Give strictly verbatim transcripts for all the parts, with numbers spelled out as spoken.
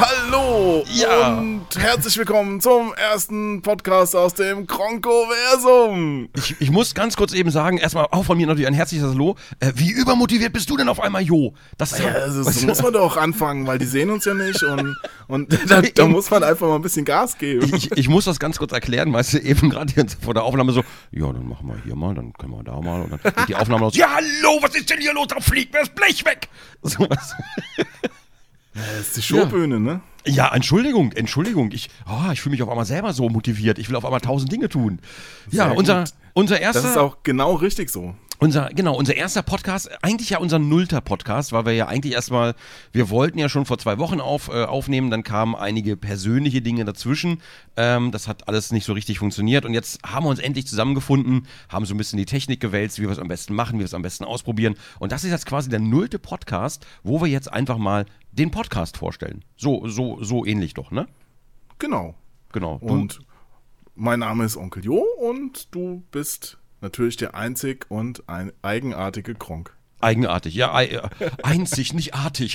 Hallo ja. und herzlich willkommen zum ersten Podcast aus dem Kronkoversum. Ich, ich muss ganz kurz eben sagen, erstmal auch von mir natürlich ein herzliches Hallo. Äh, wie übermotiviert bist du denn auf einmal, Jo? Das ja, also, so muss man doch anfangen, weil die sehen uns ja nicht und, und da, da muss man einfach mal ein bisschen Gas geben. Ich, ich muss das ganz kurz erklären, weißt du, eben gerade hier vor der Aufnahme so, ja, dann machen wir hier mal, dann können wir da mal und dann geht die Aufnahme los. Ja, hallo, was ist denn hier los? Da fliegt mir das Blech weg. So was. Ja, das ist die Showbühne, ja. ne? Ja, Entschuldigung, Entschuldigung. Ich, oh, ich fühle mich auf einmal selber so motiviert. Ich will auf einmal tausend Dinge tun. Sehr ja, unser, unser erster... Das ist auch genau richtig so. Unser, genau, unser erster Podcast, eigentlich ja unser nullter Podcast, weil wir ja eigentlich erstmal, wir wollten ja schon vor zwei Wochen auf, äh, aufnehmen, dann kamen einige persönliche Dinge dazwischen, ähm, das hat alles nicht so richtig funktioniert und jetzt haben wir uns endlich zusammengefunden, haben so ein bisschen die Technik gewälzt, wie wir es am besten machen, wie wir es am besten ausprobieren und das ist jetzt quasi der nullte Podcast, wo wir jetzt einfach mal den Podcast vorstellen. So, so, so ähnlich doch, ne? Genau. Genau. Du, und mein Name ist Onkel Jo und du bist... natürlich der einzig und ein eigenartige Kronk. Eigenartig, ja, ei, äh, einzig, nicht artig.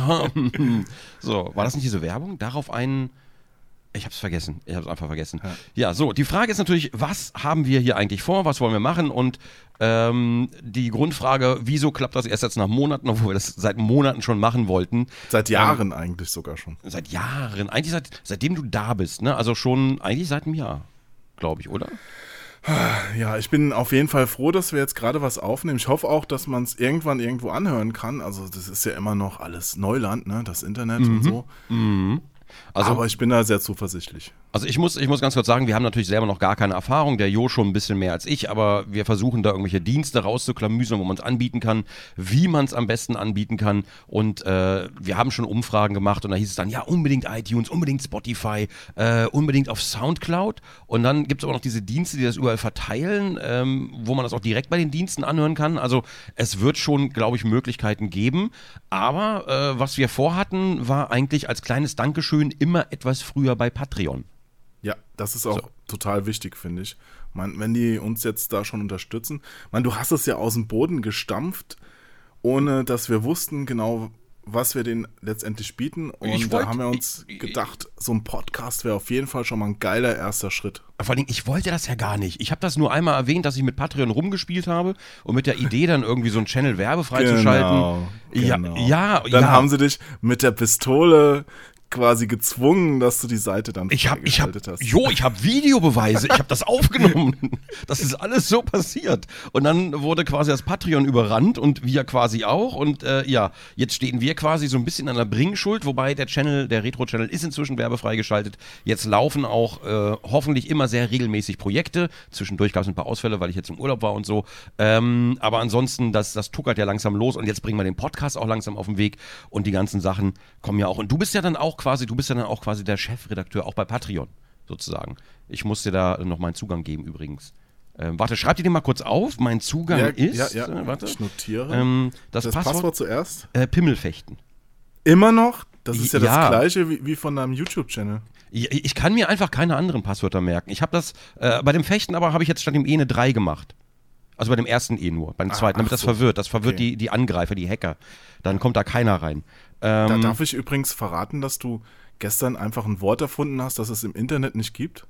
So, war das nicht diese Werbung? Darauf einen, ich hab's vergessen, ich hab's einfach vergessen. Ja. ja, so, die Frage ist natürlich, was haben wir hier eigentlich vor, was wollen wir machen und ähm, die Grundfrage, wieso klappt das erst jetzt nach Monaten, obwohl wir das seit Monaten schon machen wollten. Seit Jahren ähm, eigentlich sogar schon. Seit Jahren, eigentlich seit, seitdem du da bist, ne, also schon eigentlich seit einem Jahr, glaube ich, oder? Ja, ich bin auf jeden Fall froh, dass wir jetzt gerade was aufnehmen. Ich hoffe auch, dass man es irgendwann irgendwo anhören kann. Also das ist ja immer noch alles Neuland, ne? Das Internet mhm. und so. Mhm. Also, aber ich bin da sehr zuversichtlich. Also ich muss, ich muss ganz kurz sagen, wir haben natürlich selber noch gar keine Erfahrung, der Jo schon ein bisschen mehr als ich, aber wir versuchen da irgendwelche Dienste rauszuklamüsern, wo man es anbieten kann, wie man es am besten anbieten kann und äh, wir haben schon Umfragen gemacht und da hieß es dann, ja unbedingt iTunes, unbedingt Spotify, äh, unbedingt auf Soundcloud und dann gibt es aber noch diese Dienste, die das überall verteilen, ähm, wo man das auch direkt bei den Diensten anhören kann, also es wird schon, glaube ich, Möglichkeiten geben, aber äh, was wir vorhatten, war eigentlich als kleines Dankeschön immer etwas früher bei Patreon. Ja, das ist auch so. Total wichtig, finde ich. Ich meine, wenn die uns jetzt da schon unterstützen. Ich meine, du hast es ja aus dem Boden gestampft, ohne dass wir wussten genau, was wir denen letztendlich bieten. Und wollt, da haben wir uns ich, gedacht, so ein Podcast wäre auf jeden Fall schon mal ein geiler erster Schritt. Vor allem, ich wollte das ja gar nicht. Ich habe das nur einmal erwähnt, dass ich mit Patreon rumgespielt habe und mit der Idee dann irgendwie so ein Channel werbefrei genau, zu schalten. Genau. Ja, ja. Dann ja. haben sie dich mit der Pistole quasi gezwungen, dass du die Seite dann ich hab, ich hab, hast. Jo, ich habe Videobeweise, ich habe das aufgenommen. Das ist alles so passiert. Und dann wurde quasi das Patreon überrannt und wir quasi auch. Und äh, ja, jetzt stehen wir quasi so ein bisschen an der Bringschuld, wobei der Channel, der Retro-Channel ist inzwischen werbefrei geschaltet. Jetzt laufen auch äh, hoffentlich immer sehr regelmäßig Projekte. Zwischendurch gab es ein paar Ausfälle, weil ich jetzt im Urlaub war und so. Ähm, aber ansonsten, das, das tuckert ja langsam los und jetzt bringen wir den Podcast auch langsam auf den Weg und die ganzen Sachen kommen ja auch. Und du bist ja dann auch quasi, du bist ja dann auch quasi der Chefredakteur, auch bei Patreon, sozusagen. Ich muss dir da noch meinen Zugang geben, übrigens. Ähm, warte, schreib dir den mal kurz auf. Mein Zugang ja, ist, ja, ja. Äh, warte. Ich notiere. Ähm, das das Passwort, Passwort zuerst? Äh, Pimmelfechten. Immer noch? Das ist ja, ja. das gleiche wie, wie von deinem YouTube-Channel. Ich, ich kann mir einfach keine anderen Passwörter merken. Ich habe das, äh, bei dem Fechten aber habe ich jetzt statt dem E eine drei gemacht. Also bei dem ersten E nur, beim zweiten, ach, damit das so. verwirrt. Das verwirrt okay. die, die Angreifer, die Hacker. Dann kommt da keiner rein. Ähm, da darf ich übrigens verraten, dass du gestern einfach ein Wort erfunden hast, das es im Internet nicht gibt?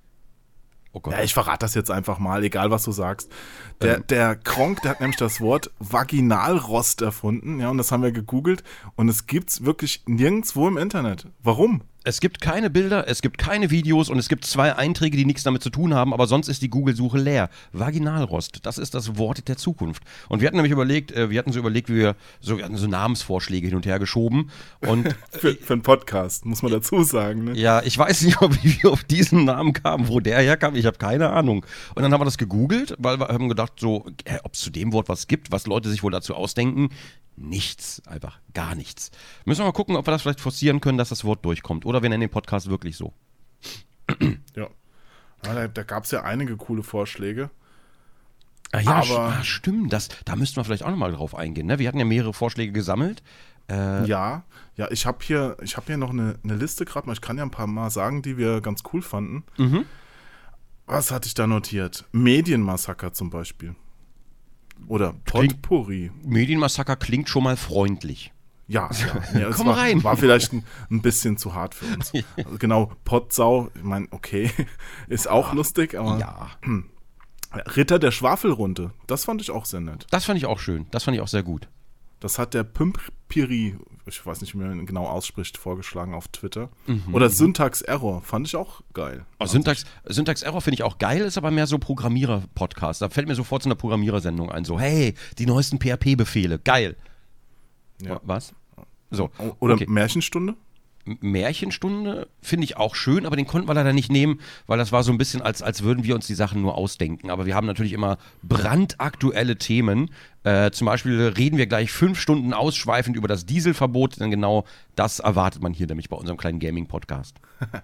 Oh Gott. Ja, ich verrate das jetzt einfach mal, egal was du sagst. Der, ähm. der Kronk, der hat nämlich das Wort Vaginalrost erfunden, ja, und das haben wir gegoogelt und es gibt's wirklich nirgendwo im Internet. Warum? Es gibt keine Bilder, es gibt keine Videos und es gibt zwei Einträge, die nichts damit zu tun haben, aber sonst ist die Google-Suche leer. Vaginalrost, das ist das Wort der Zukunft. Und wir hatten nämlich überlegt, wir hatten so überlegt, wie wir so, wir hatten so Namensvorschläge hin und her geschoben. Und für, für einen Podcast, muss man dazu sagen. Ne? Ja, ich weiß nicht, wie wir auf diesen Namen kamen, wo der herkam, ich habe keine Ahnung. Und dann haben wir das gegoogelt, weil wir haben gedacht, so, äh, ob es zu dem Wort was gibt, was Leute sich wohl dazu ausdenken. Nichts, einfach gar nichts. Müssen wir mal gucken, ob wir das vielleicht forcieren können, dass das Wort durchkommt. Oder wir nennen den Podcast wirklich so. Ja, ja da, da gab es ja einige coole Vorschläge. Ah ja, aber ah, stimmt, das, da müssten wir vielleicht auch nochmal drauf eingehen. Ne? Wir hatten ja mehrere Vorschläge gesammelt. Äh, ja, ja, ich habe hier, ich hab hier noch eine, eine Liste gerade mal. Ich kann ja ein paar Mal sagen, die wir ganz cool fanden. Mhm. Was hatte ich da notiert? Medienmassaker zum Beispiel. Oder Potpourri. Medienmassaker klingt schon mal freundlich. Ja, ja. Nee, Komm war, rein. War vielleicht ein, ein bisschen zu hart für uns. Also genau, Pottsau, ich meine, okay, ist auch ja, lustig, aber ja. Ritter der Schwafelrunde, das fand ich auch sehr nett. Das fand ich auch schön, das fand ich auch sehr gut. Das hat der Pimpiri, ich weiß nicht, wie man ihn genau ausspricht, vorgeschlagen auf Twitter. Mhm. Oder Syntax Error, fand ich auch geil. Oh, Syntax, Syntax Error finde ich auch geil, ist aber mehr so Programmierer-Podcast. Da fällt mir sofort so eine Programmierersendung ein, so, hey, die neuesten P H P-Befehle, geil. Ja. Was? So, Oder okay. Märchenstunde? Märchenstunde finde ich auch schön, aber den konnten wir leider nicht nehmen, weil das war so ein bisschen, als, als würden wir uns die Sachen nur ausdenken. Aber wir haben natürlich immer brandaktuelle Themen. Äh, zum Beispiel reden wir gleich fünf Stunden ausschweifend über das Dieselverbot, denn genau das erwartet man hier nämlich bei unserem kleinen Gaming-Podcast.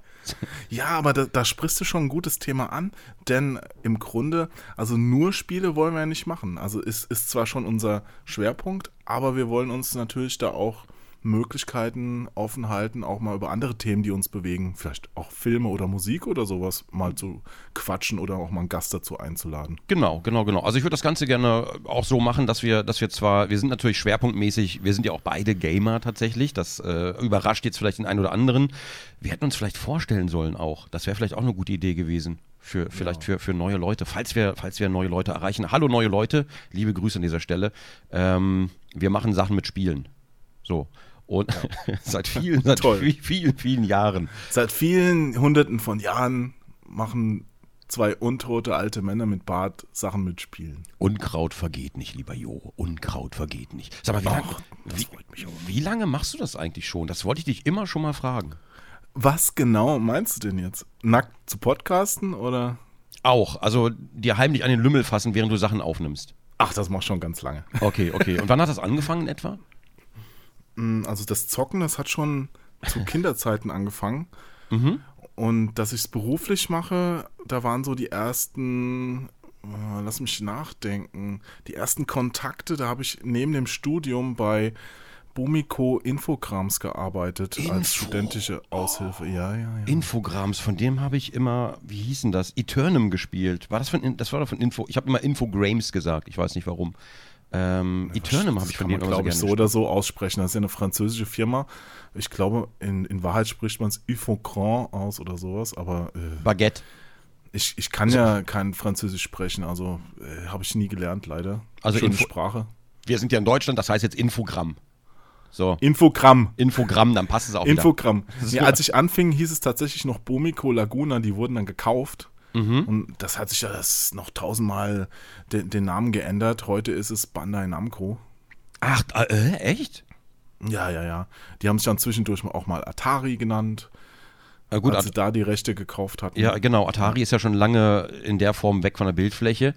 Ja, aber da, da sprichst du schon ein gutes Thema an, denn im Grunde, also nur Spiele wollen wir ja nicht machen. Also ist, ist zwar schon unser Schwerpunkt, aber wir wollen uns natürlich da auch Möglichkeiten offen halten, auch mal über andere Themen, die uns bewegen, vielleicht auch Filme oder Musik oder sowas mal zu quatschen oder auch mal einen Gast dazu einzuladen. Genau, genau, genau. Also ich würde das Ganze gerne auch so machen, dass wir, dass wir zwar, wir sind natürlich schwerpunktmäßig, wir sind ja auch beide Gamer tatsächlich, das äh, überrascht jetzt vielleicht den einen oder anderen. Wir hätten uns vielleicht vorstellen sollen auch, das wäre vielleicht auch eine gute Idee gewesen. Für, vielleicht ja. für, für neue Leute, falls wir, falls wir neue Leute erreichen. Hallo neue Leute, liebe Grüße an dieser Stelle. Ähm, wir machen Sachen mit Spielen. So. Und ja. seit vielen, seit vielen, vielen, vielen Jahren. Seit vielen Hunderten von Jahren machen zwei untote alte Männer mit Bart Sachen mit Spielen. Unkraut vergeht nicht, lieber Jo. Unkraut vergeht nicht. Sag mal, wie, Och, lang, wie, wie lange machst du das eigentlich schon? Das wollte ich dich immer schon mal fragen. Was genau meinst du denn jetzt? Nackt zu podcasten oder? Auch. Also dir heimlich an den Lümmel fassen, während du Sachen aufnimmst. Ach, das mach ich schon ganz lange. Okay, okay. Und wann hat das angefangen in etwa? Also das Zocken, das hat schon zu Kinderzeiten angefangen. Mhm. Und dass ich es beruflich mache, da waren so die ersten, äh, lass mich nachdenken, die ersten Kontakte, da habe ich neben dem Studium bei Bumiko Infograms gearbeitet, Info. als studentische Aushilfe. Ja, ja, ja. Infograms, von dem habe ich immer, wie hieß denn das? Eternum gespielt. War das von, das war doch von Info, ich habe immer Infogrames gesagt, ich weiß nicht warum. Ähm, ja, Eternum habe ich von denen immer so glaube ich, so oder so aussprechen. Das ist ja eine französische Firma. Ich glaube, in, in Wahrheit spricht man es Infogrand aus oder sowas, aber äh, Baguette. Ich, ich kann also, ja kein Französisch sprechen, also äh, habe ich nie gelernt, leider. Also schöne Info- Sprache. Wir sind ja in Deutschland, das heißt jetzt Infogramm. So. Infogramm. Infogramm, dann passt es auch Infogramm. wieder. Infogramm. Ja, als ich anfing, hieß es tatsächlich noch Bumiko Laguna, die wurden dann gekauft. Mhm. Und das hat sich ja das noch tausendmal den, den Namen geändert. Heute ist es Bandai Namco. Ach, äh, echt? Ja, ja, ja. Die haben sich dann zwischendurch auch mal Atari genannt. Äh, gut, als sie da die Rechte gekauft hatten. Ja, genau. Atari ist ja schon lange in der Form weg von der Bildfläche.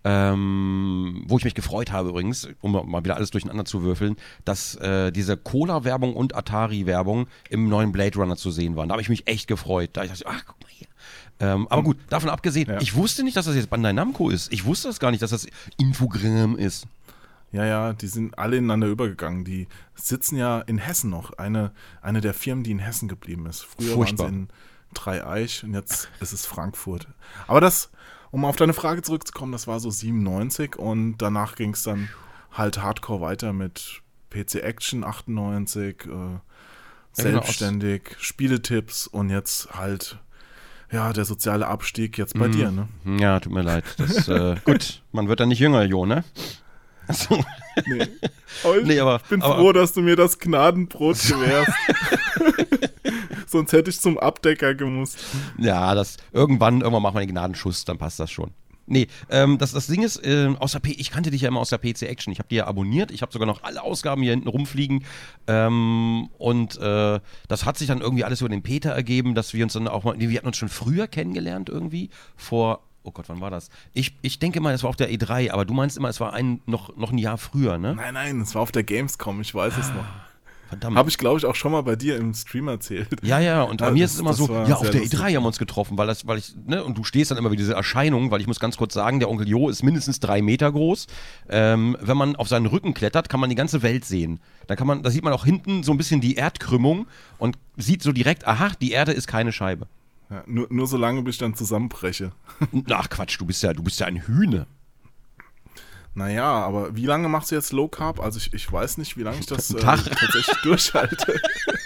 Ähm, wo ich mich gefreut habe übrigens, um mal wieder alles durcheinander zu würfeln, dass äh, diese Cola-Werbung und Atari-Werbung im neuen Blade Runner zu sehen waren. Da habe ich mich echt gefreut. Da ich dachte, ach, guck mal hier. Ähm, aber gut, davon abgesehen, ja. Ich wusste nicht, dass das jetzt Bandai Namco ist. Ich wusste das gar nicht, dass das Infogramm ist. Ja, ja, die sind alle ineinander übergegangen. Die sitzen ja in Hessen noch. Eine, eine der Firmen, die in Hessen geblieben ist. Früher Furchtbar. waren sie in Dreieich und jetzt ist es Frankfurt. Aber das, um auf deine Frage zurückzukommen, das war so siebenundneunzig und danach ging es dann halt hardcore weiter mit P C Action achtundneunzig, äh, selbstständig, ja, genau, Spieletipps und jetzt halt ja, der soziale Abstieg jetzt bei mm. dir, ne? Ja, tut mir leid. Das, äh, gut, man wird dann nicht jünger, Jo, ne? So. Nee. Aber ich nee, aber, bin aber, froh, dass du mir das Gnadenbrot gewährst. Sonst hätte ich zum Abdecker gemusst. Ja, das irgendwann, irgendwann machen wir den Gnadenschuss, dann passt das schon. Nee, ähm, das, das Ding ist, äh, aus der P- ich kannte dich ja immer aus der P C Action. Ich habe die ja abonniert. Ich habe sogar noch alle Ausgaben hier hinten rumfliegen. Ähm, und äh, das hat sich dann irgendwie alles über den Peter ergeben, dass wir uns dann auch mal, nee, wir hatten uns schon früher kennengelernt irgendwie, vor, oh Gott, wann war das? Ich, ich denke mal, es war auf der E drei, aber du meinst immer, es war ein, noch, noch ein Jahr früher, ne? Nein, nein, es war auf der Gamescom, ich weiß ah. es noch. Verdammt. Habe ich, glaube ich, auch schon mal bei dir im Stream erzählt. Ja, ja, und bei ja, mir das, ist es immer so, ja, auf der lustig. E drei haben wir uns getroffen, weil das, weil ich, ne, und du stehst dann immer wie diese Erscheinung, weil ich muss ganz kurz sagen, der Onkel Jo ist mindestens drei Meter groß. Ähm, wenn man auf seinen Rücken klettert, kann man die ganze Welt sehen. Da kann man, da sieht man auch hinten so ein bisschen die Erdkrümmung und sieht so direkt, aha, die Erde ist keine Scheibe. Ja, nur, nur so lange, bis ich dann zusammenbreche. Ach Quatsch, du bist ja, du bist ja ein Hühne. Naja, aber wie lange machst du jetzt Low Carb? Also ich, ich weiß nicht, wie lange ich das äh, tatsächlich durchhalte.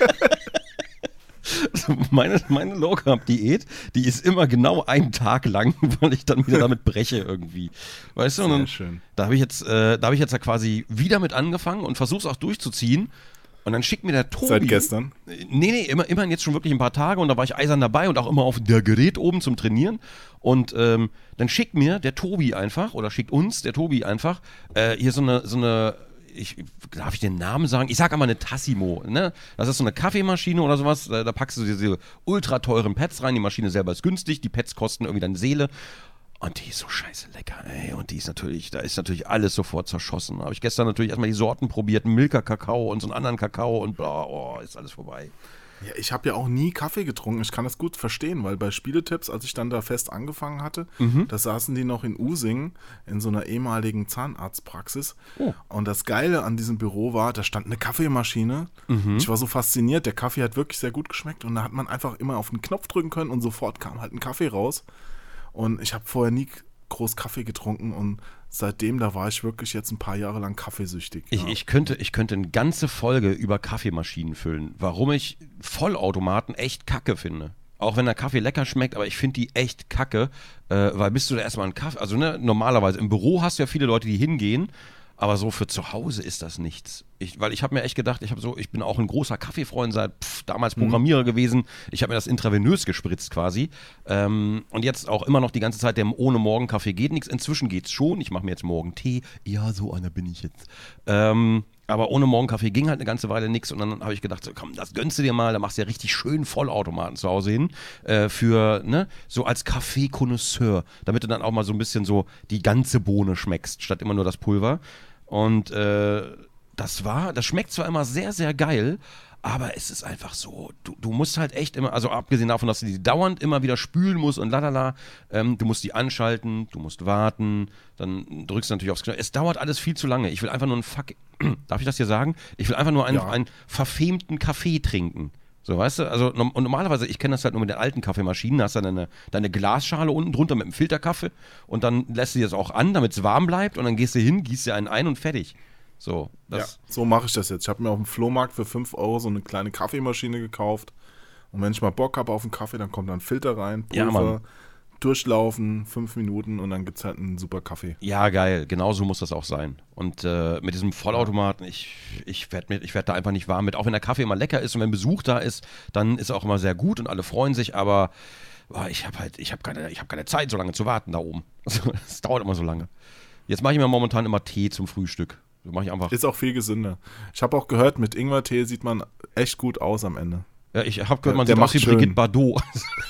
Also meine, meine Low Carb Diät, die ist immer genau einen Tag lang, weil ich dann wieder damit breche irgendwie. Weißt du? Und dann, schön. Da habe ich jetzt, äh, da habe ich jetzt ja quasi wieder mit angefangen und versuche es auch durchzuziehen. Und dann schickt mir der Tobi. Seit gestern? Nee, nee, immer, immerhin jetzt schon wirklich ein paar Tage und da war ich eisern dabei und auch immer auf der Gerät oben zum Trainieren. Und ähm, dann schickt mir der Tobi einfach, oder schickt uns der Tobi einfach, äh, hier so eine, so eine, ich, darf ich den Namen sagen? Ich sag einmal eine Tassimo, ne? Das ist so eine Kaffeemaschine oder sowas, da, da packst du diese ultra teuren Pads rein, die Maschine selber ist günstig, die Pads kosten irgendwie dann Seele. Und die ist so scheiße lecker, ey. Und die ist natürlich, da ist natürlich alles sofort zerschossen. Da habe ich gestern natürlich erstmal die Sorten probiert, Milka-Kakao und so einen anderen Kakao und bla, oh, ist alles vorbei. Ja, ich habe ja auch nie Kaffee getrunken. Ich kann das gut verstehen, weil bei Spieletipps, als ich dann da fest angefangen hatte, mhm. da saßen die noch in Using in so einer ehemaligen Zahnarztpraxis. Oh. Und das Geile an diesem Büro war, da stand eine Kaffeemaschine. Mhm. Ich war so fasziniert, der Kaffee hat wirklich sehr gut geschmeckt und da hat man einfach immer auf den Knopf drücken können und sofort kam halt ein Kaffee raus. Und ich habe vorher nie groß Kaffee getrunken und seitdem, da war ich wirklich jetzt ein paar Jahre lang kaffeesüchtig. Ich, ja. ich, könnte, ich könnte eine ganze Folge über Kaffeemaschinen füllen, warum ich Vollautomaten echt kacke finde. Auch wenn der Kaffee lecker schmeckt, aber ich finde die echt kacke, äh, weil bist du da erstmal einen Kaffee, also ne, normalerweise im Büro hast du ja viele Leute, die hingehen, aber so für zu Hause ist das nichts. Ich, weil ich habe mir echt gedacht, ich, so, ich bin auch ein großer Kaffeefreund, seit pff, damals Programmierer mhm. gewesen. Ich habe mir das intravenös gespritzt quasi. Ähm, und jetzt auch immer noch die ganze Zeit, der ohne Morgenkaffee geht nichts. Inzwischen geht's schon. Ich mache mir jetzt Morgentee. Ja, so einer bin ich jetzt. Ähm, aber ohne Morgenkaffee ging halt eine ganze Weile nichts. Und dann habe ich gedacht, so, komm, das gönnst du dir mal. Da machst du ja richtig schön Vollautomaten zu Hause hin. Äh, für, ne, so als Kaffee-Connoisseur. Damit du dann auch mal so ein bisschen so die ganze Bohne schmeckst, statt immer nur das Pulver. Und äh, das war, das schmeckt zwar immer sehr, sehr geil, aber es ist einfach so, du, du musst halt echt immer, also abgesehen davon, dass du die dauernd immer wieder spülen musst und lalala, ähm, du musst die anschalten, du musst warten, dann drückst du natürlich aufs Knopf. Es dauert alles viel zu lange. Ich will einfach nur einen Fuck, darf ich das hier sagen? Ich will einfach nur einen, ja. einen verfemten Kaffee trinken. So, weißt du, also und normalerweise, ich kenne das halt nur mit den alten Kaffeemaschinen, da hast du deine, deine Glasschale unten drunter mit dem Filterkaffee und dann lässt du das auch an, damit es warm bleibt und dann gehst du hin, gießt dir einen ein und fertig. So, das ja, so mache ich das jetzt. Ich habe mir auf dem Flohmarkt für fünf Euro so eine kleine Kaffeemaschine gekauft und wenn ich mal Bock habe auf einen Kaffee, dann kommt da ein Filter rein, Pulver, ja, durchlaufen, fünf Minuten und dann gibt es halt einen super Kaffee. Ja, geil. Genau so muss das auch sein. Und äh, mit diesem Vollautomaten, ich, ich werde werd da einfach nicht warm mit. Auch wenn der Kaffee immer lecker ist und wenn Besuch da ist, dann ist er auch immer sehr gut und alle freuen sich, aber boah, ich habe halt, ich habe keine, ich hab keine Zeit, so lange zu warten da oben. Es dauert immer so lange. Jetzt mache ich mir momentan immer Tee zum Frühstück. So mache ich einfach. Ist auch viel gesünder. Ich habe auch gehört, mit Ingwertee sieht man echt gut aus am Ende. Ja, ich habe gehört, man der, der sieht aus wie Brigitte Bardot.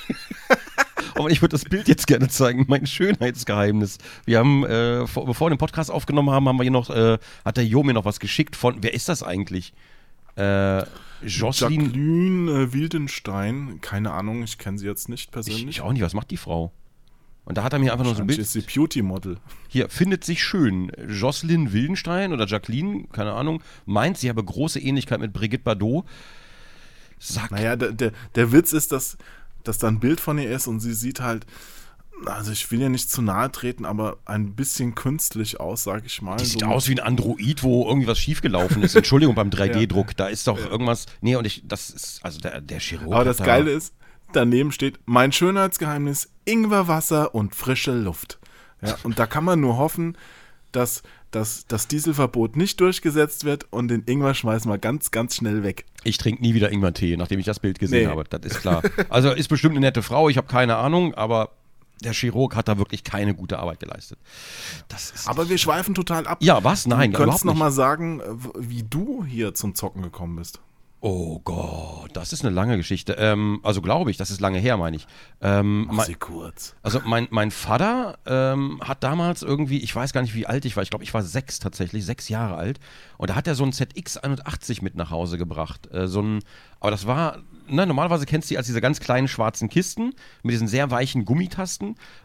Aber ich würde das Bild jetzt gerne zeigen, mein Schönheitsgeheimnis. Wir haben, äh, vor, bevor wir den Podcast aufgenommen haben, haben wir hier noch, äh, hat der Jo mir noch was geschickt von, wer ist das eigentlich? Äh, Jocelyn Jacqueline äh, Wildenstein, keine Ahnung, ich kenne sie jetzt nicht persönlich. Ich, ich auch nicht, was macht die Frau? Und da hat er mir einfach nur so ein Bild. Ist sie Beauty-Model. Hier, findet sich schön. Jocelyn Wildenstein oder Jacqueline, keine Ahnung, meint, sie habe große Ähnlichkeit mit Brigitte Bardot. Sag. Naja, der, der, der Witz ist, dass dass da ein Bild von ihr ist und sie sieht halt, also ich will ihr nicht zu nahe treten, aber ein bisschen künstlich aus, sag ich mal. Die so sieht aus wie ein Android, wo irgendwie was schiefgelaufen ist. Entschuldigung, beim drei D Druck, ja. Da ist doch ja. irgendwas, nee, und ich, das ist, also der, der Chirurg. Aber das da Geile ist, daneben steht, mein Schönheitsgeheimnis, Ingwerwasser und frische Luft. Ja, und da kann man nur hoffen, dass dass das Dieselverbot nicht durchgesetzt wird und den Ingwer schmeißen wir ganz, ganz schnell weg. Ich trinke nie wieder Ingwertee, nachdem ich das Bild gesehen nee. habe, das ist klar. Also ist bestimmt eine nette Frau, ich habe keine Ahnung, aber der Chirurg hat da wirklich keine gute Arbeit geleistet. Das ist aber wir schweifen total ab. Ja, was? Nein, du könntest noch mal sagen, wie du hier zum Zocken gekommen bist. Oh Gott, das ist eine lange Geschichte. Ähm, also glaube ich, das ist lange her, meine ich. Ähm, Mach sie kurz. Also mein, mein Vater ähm, hat damals irgendwie, ich weiß gar nicht, wie alt ich war, ich glaube, ich war sechs tatsächlich, sechs Jahre alt. Und da hat er so ein Z X einundachtzig mit nach Hause gebracht. Äh, so ein, aber das war, ne, normalerweise kennst du die als diese ganz kleinen schwarzen Kisten mit diesen sehr weichen Gummitasten.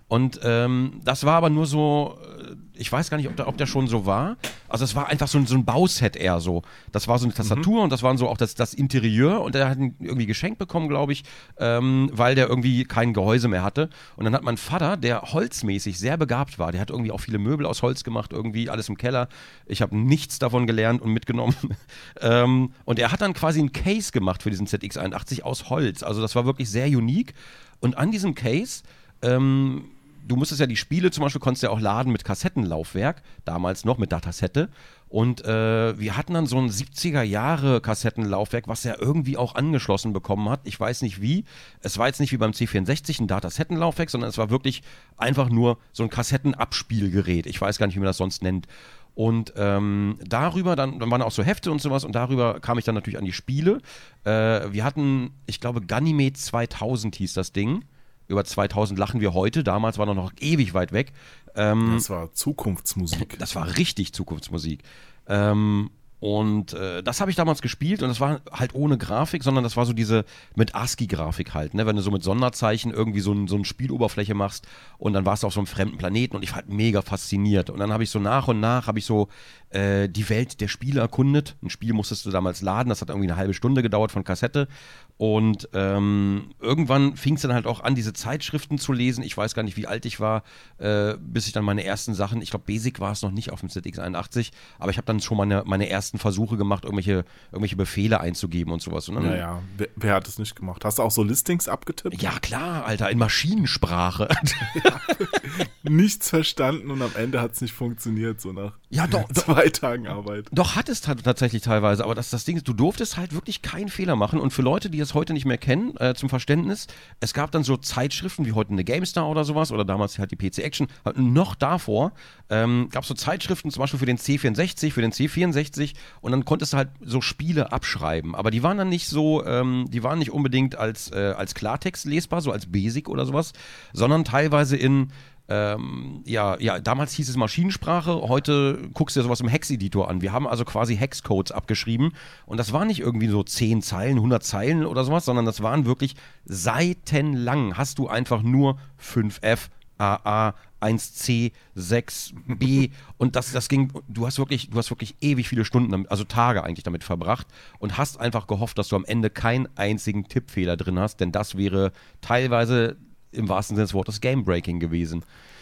Und ähm, das war aber nur so, ich weiß gar nicht, ob der, ob der schon so war. Also es war einfach so ein, so ein Bauset eher so. Das war so eine Tastatur mhm. und das waren so auch das, das Interieur und der hat ihn irgendwie geschenkt bekommen, glaube ich, ähm, weil der irgendwie kein Gehäuse mehr hatte. Und dann hat mein Vater, der holzmäßig sehr begabt war, der hat irgendwie auch viele Möbel aus Holz gemacht, irgendwie alles im Keller. Ich habe nichts davon gelernt und mitgenommen. ähm, und er hat dann quasi ein Case gemacht für diesen Z X einundachtzig aus Holz. Also das war wirklich sehr unique. Und an diesem Case ähm, du musstest ja die Spiele zum Beispiel, konntest ja auch laden mit Kassettenlaufwerk, damals noch mit Datasette. Und äh, wir hatten dann so ein siebziger-Jahre-Kassettenlaufwerk, was er irgendwie auch angeschlossen bekommen hat. Ich weiß nicht wie. Es war jetzt nicht wie beim C vierundsechzig ein Datasettenlaufwerk, sondern es war wirklich einfach nur so ein Kassettenabspielgerät. Ich weiß gar nicht, wie man das sonst nennt. Und ähm, darüber, dann, dann waren auch so Hefte und sowas und darüber kam ich dann natürlich an die Spiele. Äh, wir hatten, ich glaube, Ganymede zweitausend hieß das Ding. Über zweitausend lachen wir heute, damals war noch ewig weit weg. Ähm, das war Zukunftsmusik. Das war richtig Zukunftsmusik. Ähm, und äh, das habe ich damals gespielt und das war halt ohne Grafik, sondern das war so diese mit ASCII-Grafik halt, ne? Wenn du so mit Sonderzeichen irgendwie so, ein, so eine Spieloberfläche machst und dann warst du auf so einem fremden Planeten und ich war halt mega fasziniert. Und dann habe ich so nach und nach, habe ich so äh, die Welt der Spiele erkundet. Ein Spiel musstest du damals laden, das hat irgendwie eine halbe Stunde gedauert von Kassette. Und ähm, irgendwann fing es dann halt auch an, diese Zeitschriften zu lesen. Ich weiß gar nicht, wie alt ich war, äh, bis ich dann meine ersten Sachen, ich glaube Basic war es noch nicht auf dem Z X einundachtzig, aber ich habe dann schon meine, meine ersten Versuche gemacht, irgendwelche, irgendwelche Befehle einzugeben und sowas. Und dann, ja, ja, wer, wer hat es nicht gemacht? Hast du auch so Listings abgetippt? Ja, klar, Alter, in Maschinensprache. Ja, nichts verstanden und am Ende hat es nicht funktioniert, so nach ja, doch, zwei doch, Tagen Arbeit. Doch, hat es t- tatsächlich teilweise, aber das, das Ding ist, du durftest halt wirklich keinen Fehler machen und für Leute, die es heute nicht mehr kennen, äh, zum Verständnis, es gab dann so Zeitschriften wie heute eine GameStar oder sowas oder damals halt die P C Action, noch davor ähm, gab es so Zeitschriften zum Beispiel für den C vierundsechzig, für den C vierundsechzig und dann konntest du halt so Spiele abschreiben, aber die waren dann nicht so, ähm, die waren nicht unbedingt als, äh, als Klartext lesbar, so als Basic oder sowas, sondern teilweise in Ähm, ja, ja, damals hieß es Maschinensprache, heute guckst du dir sowas im Hex-Editor an. Wir haben also quasi Hexcodes abgeschrieben und das waren nicht irgendwie so zehn Zeilen, hundert Zeilen oder sowas, sondern das waren wirklich seitenlang. Hast du einfach nur fünf F, A A, eins C, sechs B und das, das ging, du hast wirklich, du hast wirklich ewig viele Stunden, also Tage eigentlich damit verbracht und hast einfach gehofft, dass du am Ende keinen einzigen Tippfehler drin hast, denn das wäre teilweise im wahrsten Sinne des Wortes Game-Breaking gewesen.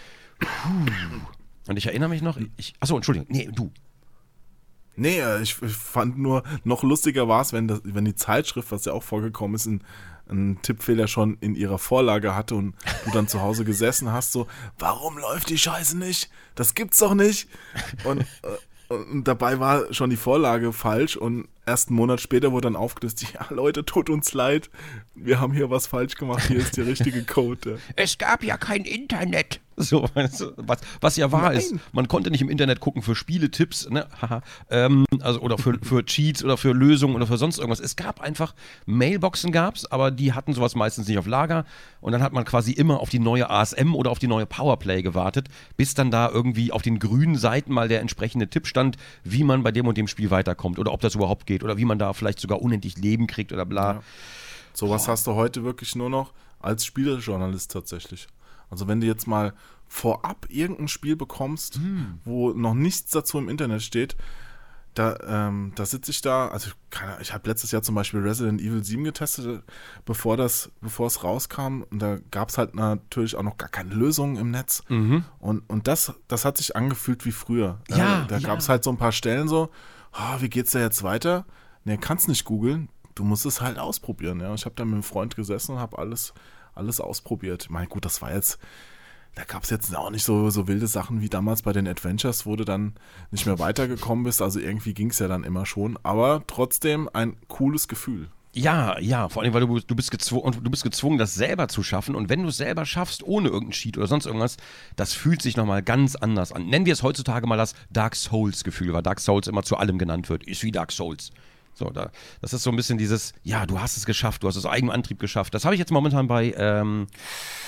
Und ich erinnere mich noch, ich, achso, Entschuldigung, nee, du. Nee, ich fand nur, noch lustiger war es, wenn, das, wenn die Zeitschrift, was ja auch vorgekommen ist, einen, einen Tippfehler schon in ihrer Vorlage hatte und du dann zu Hause gesessen hast, so, warum läuft die Scheiße nicht? Das gibt's doch nicht. Und, äh, und dabei war schon die Vorlage falsch und erst einen Monat später wurde dann aufgelöst, ja Leute, tut uns leid, wir haben hier was falsch gemacht, hier ist der richtige Code. Es gab ja kein Internet. So, was, was ja wahr Nein. ist, man konnte nicht im Internet gucken für Spieletipps, ne? ähm, also oder für, für Cheats oder für Lösungen oder für sonst irgendwas. Es gab einfach, Mailboxen gab's, aber die hatten sowas meistens nicht auf Lager und dann hat man quasi immer auf die neue A S M oder auf die neue Powerplay gewartet, bis dann da irgendwie auf den grünen Seiten mal der entsprechende Tipp stand, wie man bei dem und dem Spiel weiterkommt oder ob das überhaupt geht oder wie man da vielleicht sogar unendlich Leben kriegt oder bla. Ja. Sowas oh. hast du heute wirklich nur noch als Spielejournalist tatsächlich. Also wenn du jetzt mal vorab irgendein Spiel bekommst, hm. wo noch nichts dazu im Internet steht, da, ähm, da sitze ich da, also keine, ich habe letztes Jahr zum Beispiel Resident Evil sieben getestet, bevor das, bevor es rauskam und da gab es halt natürlich auch noch gar keine Lösung im Netz mhm. und, und das, das hat sich angefühlt wie früher. Ja, da da ja. gab es halt so ein paar Stellen so, oh, wie geht's da jetzt weiter? Ne, kannst nicht googeln, du musst es halt ausprobieren. Ja? Ich habe da mit einem Freund gesessen und habe alles alles ausprobiert. Ich meine, gut, das war jetzt, da gab es jetzt auch nicht so, so wilde Sachen wie damals bei den Adventures, wo du dann nicht mehr weitergekommen bist. Also irgendwie ging es ja dann immer schon. Aber trotzdem ein cooles Gefühl. Ja, ja, vor allem, weil du, du, bist gezwungen, du bist gezwungen, das selber zu schaffen. Und wenn du es selber schaffst, ohne irgendeinen Cheat oder sonst irgendwas, das fühlt sich nochmal ganz anders an. Nennen wir es heutzutage mal das Dark Souls-Gefühl, weil Dark Souls immer zu allem genannt wird. Ist wie Dark Souls. So, da, das ist so ein bisschen dieses, ja, du hast es geschafft, du hast es aus eigenem Antrieb geschafft. Das habe ich jetzt momentan bei, ähm,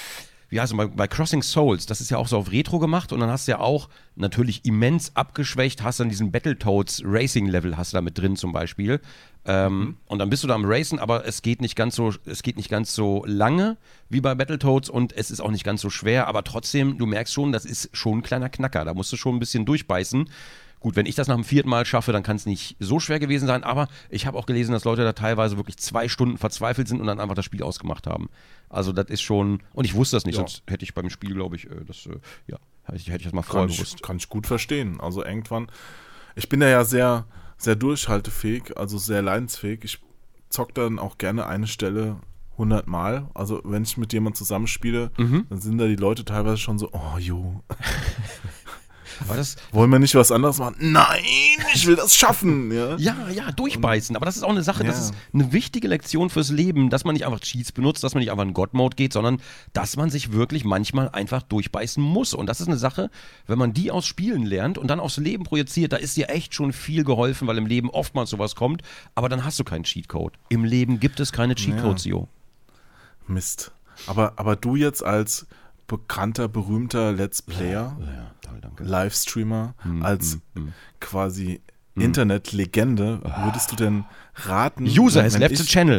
wie heißt es, bei, bei Crossing Souls, das ist ja auch so auf Retro gemacht und dann hast du ja auch natürlich immens abgeschwächt, hast dann diesen Battletoads Racing Level hast du da mit drin zum Beispiel. Ähm, mhm. Und dann bist du da am Racen, aber es geht nicht ganz so, es geht nicht ganz so lange wie bei Battletoads und es ist auch nicht ganz so schwer, aber trotzdem, du merkst schon, das ist schon ein kleiner Knacker, da musst du schon ein bisschen durchbeißen. Gut, wenn ich das nach dem vierten Mal schaffe, dann kann es nicht so schwer gewesen sein, aber ich habe auch gelesen, dass Leute da teilweise wirklich zwei Stunden verzweifelt sind und dann einfach das Spiel ausgemacht haben. Also das ist schon, und ich wusste das nicht, ja. sonst hätte ich beim Spiel, glaube ich, das, ja, hätte ich, hätte ich das mal vorher kann gewusst. Ich, kann ich gut verstehen. Also irgendwann, ich bin da ja sehr, sehr durchhaltefähig, also sehr leidensfähig. Ich zock dann auch gerne eine Stelle hundert Mal. Also wenn ich mit jemandem zusammenspiele, mhm. dann sind da die Leute teilweise schon so, oh jo. Aber das, wollen wir nicht was anderes machen? Nein, ich will das schaffen. Ja, ja, ja durchbeißen. Aber das ist auch eine Sache, ja. das ist eine wichtige Lektion fürs Leben, dass man nicht einfach Cheats benutzt, dass man nicht einfach in God-Mode geht, sondern dass man sich wirklich manchmal einfach durchbeißen muss. Und das ist eine Sache, wenn man die aus Spielen lernt und dann aufs Leben projiziert, da ist dir echt schon viel geholfen, weil im Leben oftmals sowas kommt, aber dann hast du keinen Cheatcode. Im Leben gibt es keine Cheatcodes, ja. Jo. Mist. Aber, aber du jetzt als bekannter, berühmter Let's Player, ja, ja, toll, danke. Livestreamer, hm, als hm, hm. quasi hm. Internetlegende, würdest du denn raten... User has left the channel.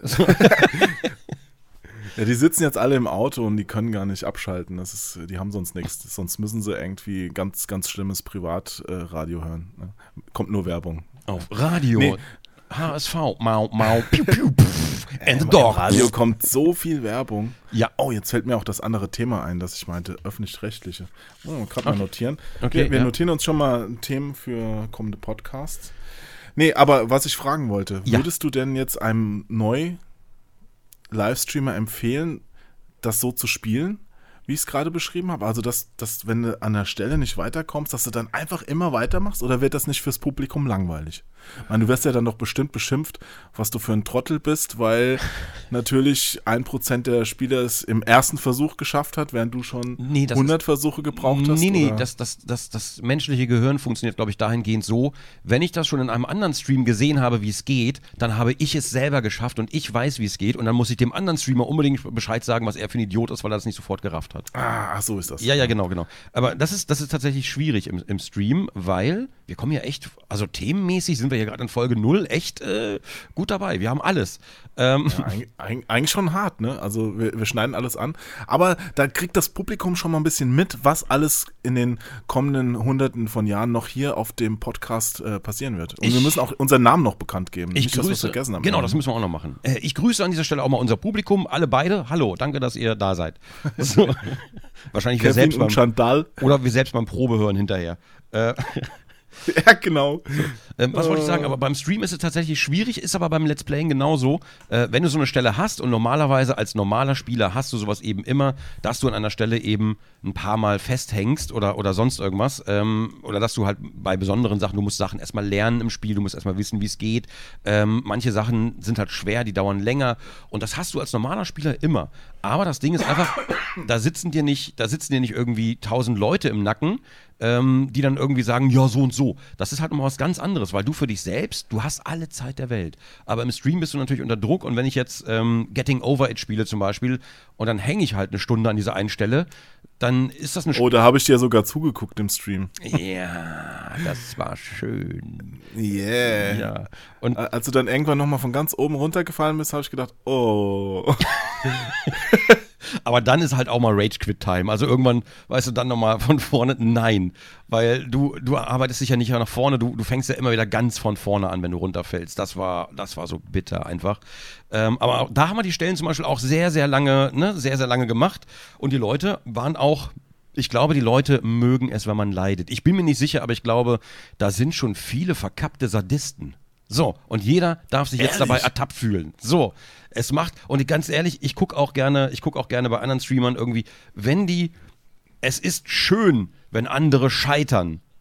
Ja, die sitzen jetzt alle im Auto und die können gar nicht abschalten. Das ist, die haben sonst nichts. Sonst müssen sie irgendwie ganz, ganz schlimmes Privatradio äh, hören. Ne? Kommt nur Werbung. Auf Radio. Nee. H S V, mau, mau, piu, piu, pff, and the dog. Im Radio kommt so viel Werbung. Ja. Oh, jetzt fällt mir auch das andere Thema ein, das ich meinte, öffentlich-rechtliche. Oh, gerade mal notieren. Okay, wir wir ja. notieren uns schon mal Themen für kommende Podcasts. Nee, aber was ich fragen wollte, ja. würdest du denn jetzt einem Neu-Livestreamer empfehlen, das so zu spielen, wie ich es gerade beschrieben habe? Also, dass, dass, wenn du an der Stelle nicht weiterkommst, dass du dann einfach immer weitermachst? Oder wird das nicht fürs Publikum langweilig? Ich meine, du wirst ja dann doch bestimmt beschimpft, was du für ein Trottel bist, weil natürlich ein Prozent der Spieler es im ersten Versuch geschafft hat, während du schon nee, hundert ist, Versuche gebraucht hast. Nee, nee, das, das, das, das menschliche Gehirn funktioniert, glaube ich, dahingehend so, wenn ich das schon in einem anderen Stream gesehen habe, wie es geht, dann habe ich es selber geschafft und ich weiß, wie es geht und dann muss ich dem anderen Streamer unbedingt Bescheid sagen, was er für ein Idiot ist, weil er das nicht sofort gerafft hat. Ah, ach so ist das. Ja, ja, genau, genau. Aber das ist, das ist tatsächlich schwierig im, im Stream, weil wir kommen ja echt, also themenmäßig sind wir hier gerade in Folge null echt äh, gut dabei. Wir haben alles. Ähm. Ja, eigentlich, eigentlich schon hart, ne? Also wir, wir schneiden alles an. Aber da kriegt das Publikum schon mal ein bisschen mit, was alles in den kommenden Hunderten von Jahren noch hier auf dem Podcast äh, passieren wird. Und ich, wir müssen auch unseren Namen noch bekannt geben. Ich Nicht, grüße, dass wir vergessen haben. Genau, das müssen wir auch noch machen. Äh, ich grüße an dieser Stelle auch mal unser Publikum, alle beide. Hallo, danke, dass ihr da seid. So. Wahrscheinlich wir selbst beim, Chantal. Oder wir selbst beim Probehören hinterher. Äh, Ja, genau. Ähm, was wollte ich sagen? Aber beim Stream ist es tatsächlich schwierig, ist aber beim Let's Playing genauso. Äh, wenn du so eine Stelle hast und normalerweise als normaler Spieler hast du sowas eben immer, dass du an einer Stelle eben ein paar Mal festhängst oder, oder sonst irgendwas. Ähm, oder dass du halt bei besonderen Sachen, du musst Sachen erstmal lernen im Spiel, du musst erstmal wissen, wie es geht. Ähm, manche Sachen sind halt schwer, die dauern länger. Und das hast du als normaler Spieler immer. Aber das Ding ist einfach, da sitzen dir nicht, da sitzen dir nicht irgendwie tausend Leute im Nacken, ähm, die dann irgendwie sagen, ja, so und so. Das ist halt nochmal was ganz anderes, weil du für dich selbst, du hast alle Zeit der Welt. Aber im Stream bist du natürlich unter Druck und wenn ich jetzt ähm, Getting Over It spiele zum Beispiel und dann hänge ich halt eine Stunde an dieser einen Stelle, dann ist das eine Oh, da habe ich dir sogar zugeguckt im Stream. Ja, das war schön. Yeah. Ja. Und als du dann irgendwann nochmal von ganz oben runtergefallen bist, habe ich gedacht, oh. Aber dann ist halt auch mal Rage-Quit-Time. Also irgendwann, weißt du, dann nochmal von vorne, nein. Weil du, du arbeitest dich ja nicht nach vorne, du, du fängst ja immer wieder ganz von vorne an, wenn du runterfällst. Das war, das war so bitter einfach. Ähm, aber da haben wir die Stellen zum Beispiel auch sehr, sehr lange, ne, sehr, sehr lange gemacht. Und die Leute waren auch, ich glaube, die Leute mögen es, wenn man leidet. Ich bin mir nicht sicher, aber ich glaube, da sind schon viele verkappte Sadisten. So, und jeder darf sich jetzt Ehrlich? dabei ertappt fühlen. So, es macht, und ganz ehrlich, ich gucke auch gerne, ich gucke auch gerne bei anderen Streamern irgendwie, wenn die, es ist schön, wenn andere scheitern.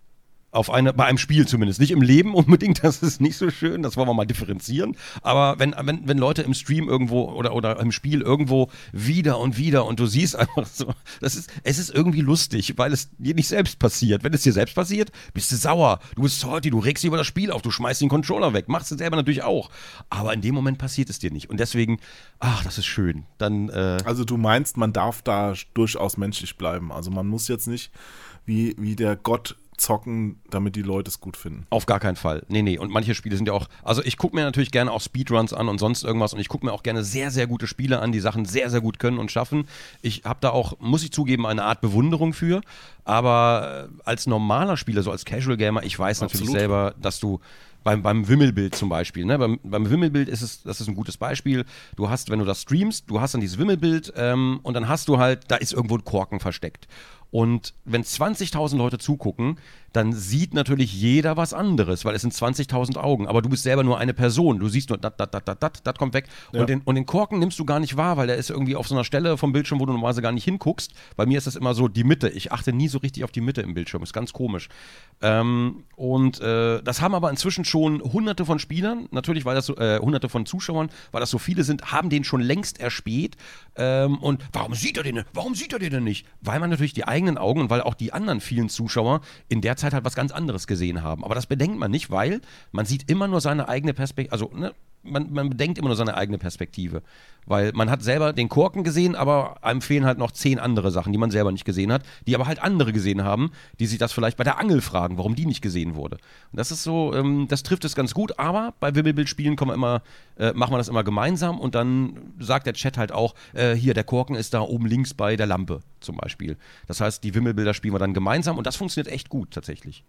auf eine, bei einem Spiel zumindest. Nicht im Leben unbedingt, das ist nicht so schön, das wollen wir mal differenzieren. Aber wenn, wenn, wenn Leute im Stream irgendwo oder, oder im Spiel irgendwo wieder und wieder und du siehst einfach so, das ist, es ist irgendwie lustig, weil es dir nicht selbst passiert. Wenn es dir selbst passiert, bist du sauer, du bist salty, du regst dich über das Spiel auf, du schmeißt den Controller weg, machst es selber natürlich auch. Aber in dem Moment passiert es dir nicht. Und deswegen, ach, das ist schön. Dann, äh also du meinst, man darf da durchaus menschlich bleiben. Also man muss jetzt nicht wie, wie der Gott zocken, damit die Leute es gut finden. Auf gar keinen Fall. Nee, nee. Und manche Spiele sind ja auch, also ich gucke mir natürlich gerne auch Speedruns an und sonst irgendwas und ich gucke mir auch gerne sehr, sehr gute Spiele an, die Sachen sehr, sehr gut können und schaffen. Ich habe da auch, muss ich zugeben, eine Art Bewunderung für, aber als normaler Spieler, so als Casual Gamer, ich weiß Absolut. natürlich selber, dass du Beim, beim Wimmelbild zum Beispiel, ne? beim, beim Wimmelbild ist es, das ist ein gutes Beispiel. Du hast, wenn du das streamst, du hast dann dieses Wimmelbild ähm, und dann hast du halt, da ist irgendwo ein Korken versteckt. Und wenn zwanzigtausend Leute zugucken, dann sieht natürlich jeder was anderes, weil es sind zwanzigtausend Augen, aber du bist selber nur eine Person. Du siehst nur, dat, dat, dat, dat, dat, dat kommt weg. Ja. Und, den, und den Korken nimmst du gar nicht wahr, weil der ist irgendwie auf so einer Stelle vom Bildschirm, wo du normalerweise gar nicht hinguckst. Bei mir ist das immer so die Mitte. Ich achte nie so richtig auf die Mitte im Bildschirm. Ist ganz komisch. Ähm, und äh, das haben aber inzwischen schon hunderte von Spielern, natürlich, weil das so, äh, hunderte von Zuschauern, weil das so viele sind, haben den schon längst erspäht. Ähm, und warum sieht er den denn? Warum sieht er den denn nicht? Weil man natürlich die eigenen Augen und weil auch die anderen vielen Zuschauer in der Zeit halt was ganz anderes gesehen haben. Aber das bedenkt man nicht, weil man sieht immer nur seine eigene Perspektive, also ne, man, man bedenkt immer nur seine eigene Perspektive. Weil man hat selber den Korken gesehen, aber einem fehlen halt noch zehn andere Sachen, die man selber nicht gesehen hat, die aber halt andere gesehen haben, die sich das vielleicht bei der Angel fragen, warum die nicht gesehen wurde. Und das ist so, ähm, das trifft es ganz gut, aber bei Wimmelbildspielen kommen wir immer, äh, machen wir das immer gemeinsam und dann sagt der Chat halt auch, äh, hier, der Korken ist da oben links bei der Lampe zum Beispiel. Das heißt, die Wimmelbilder spielen wir dann gemeinsam und das funktioniert echt gut tatsächlich.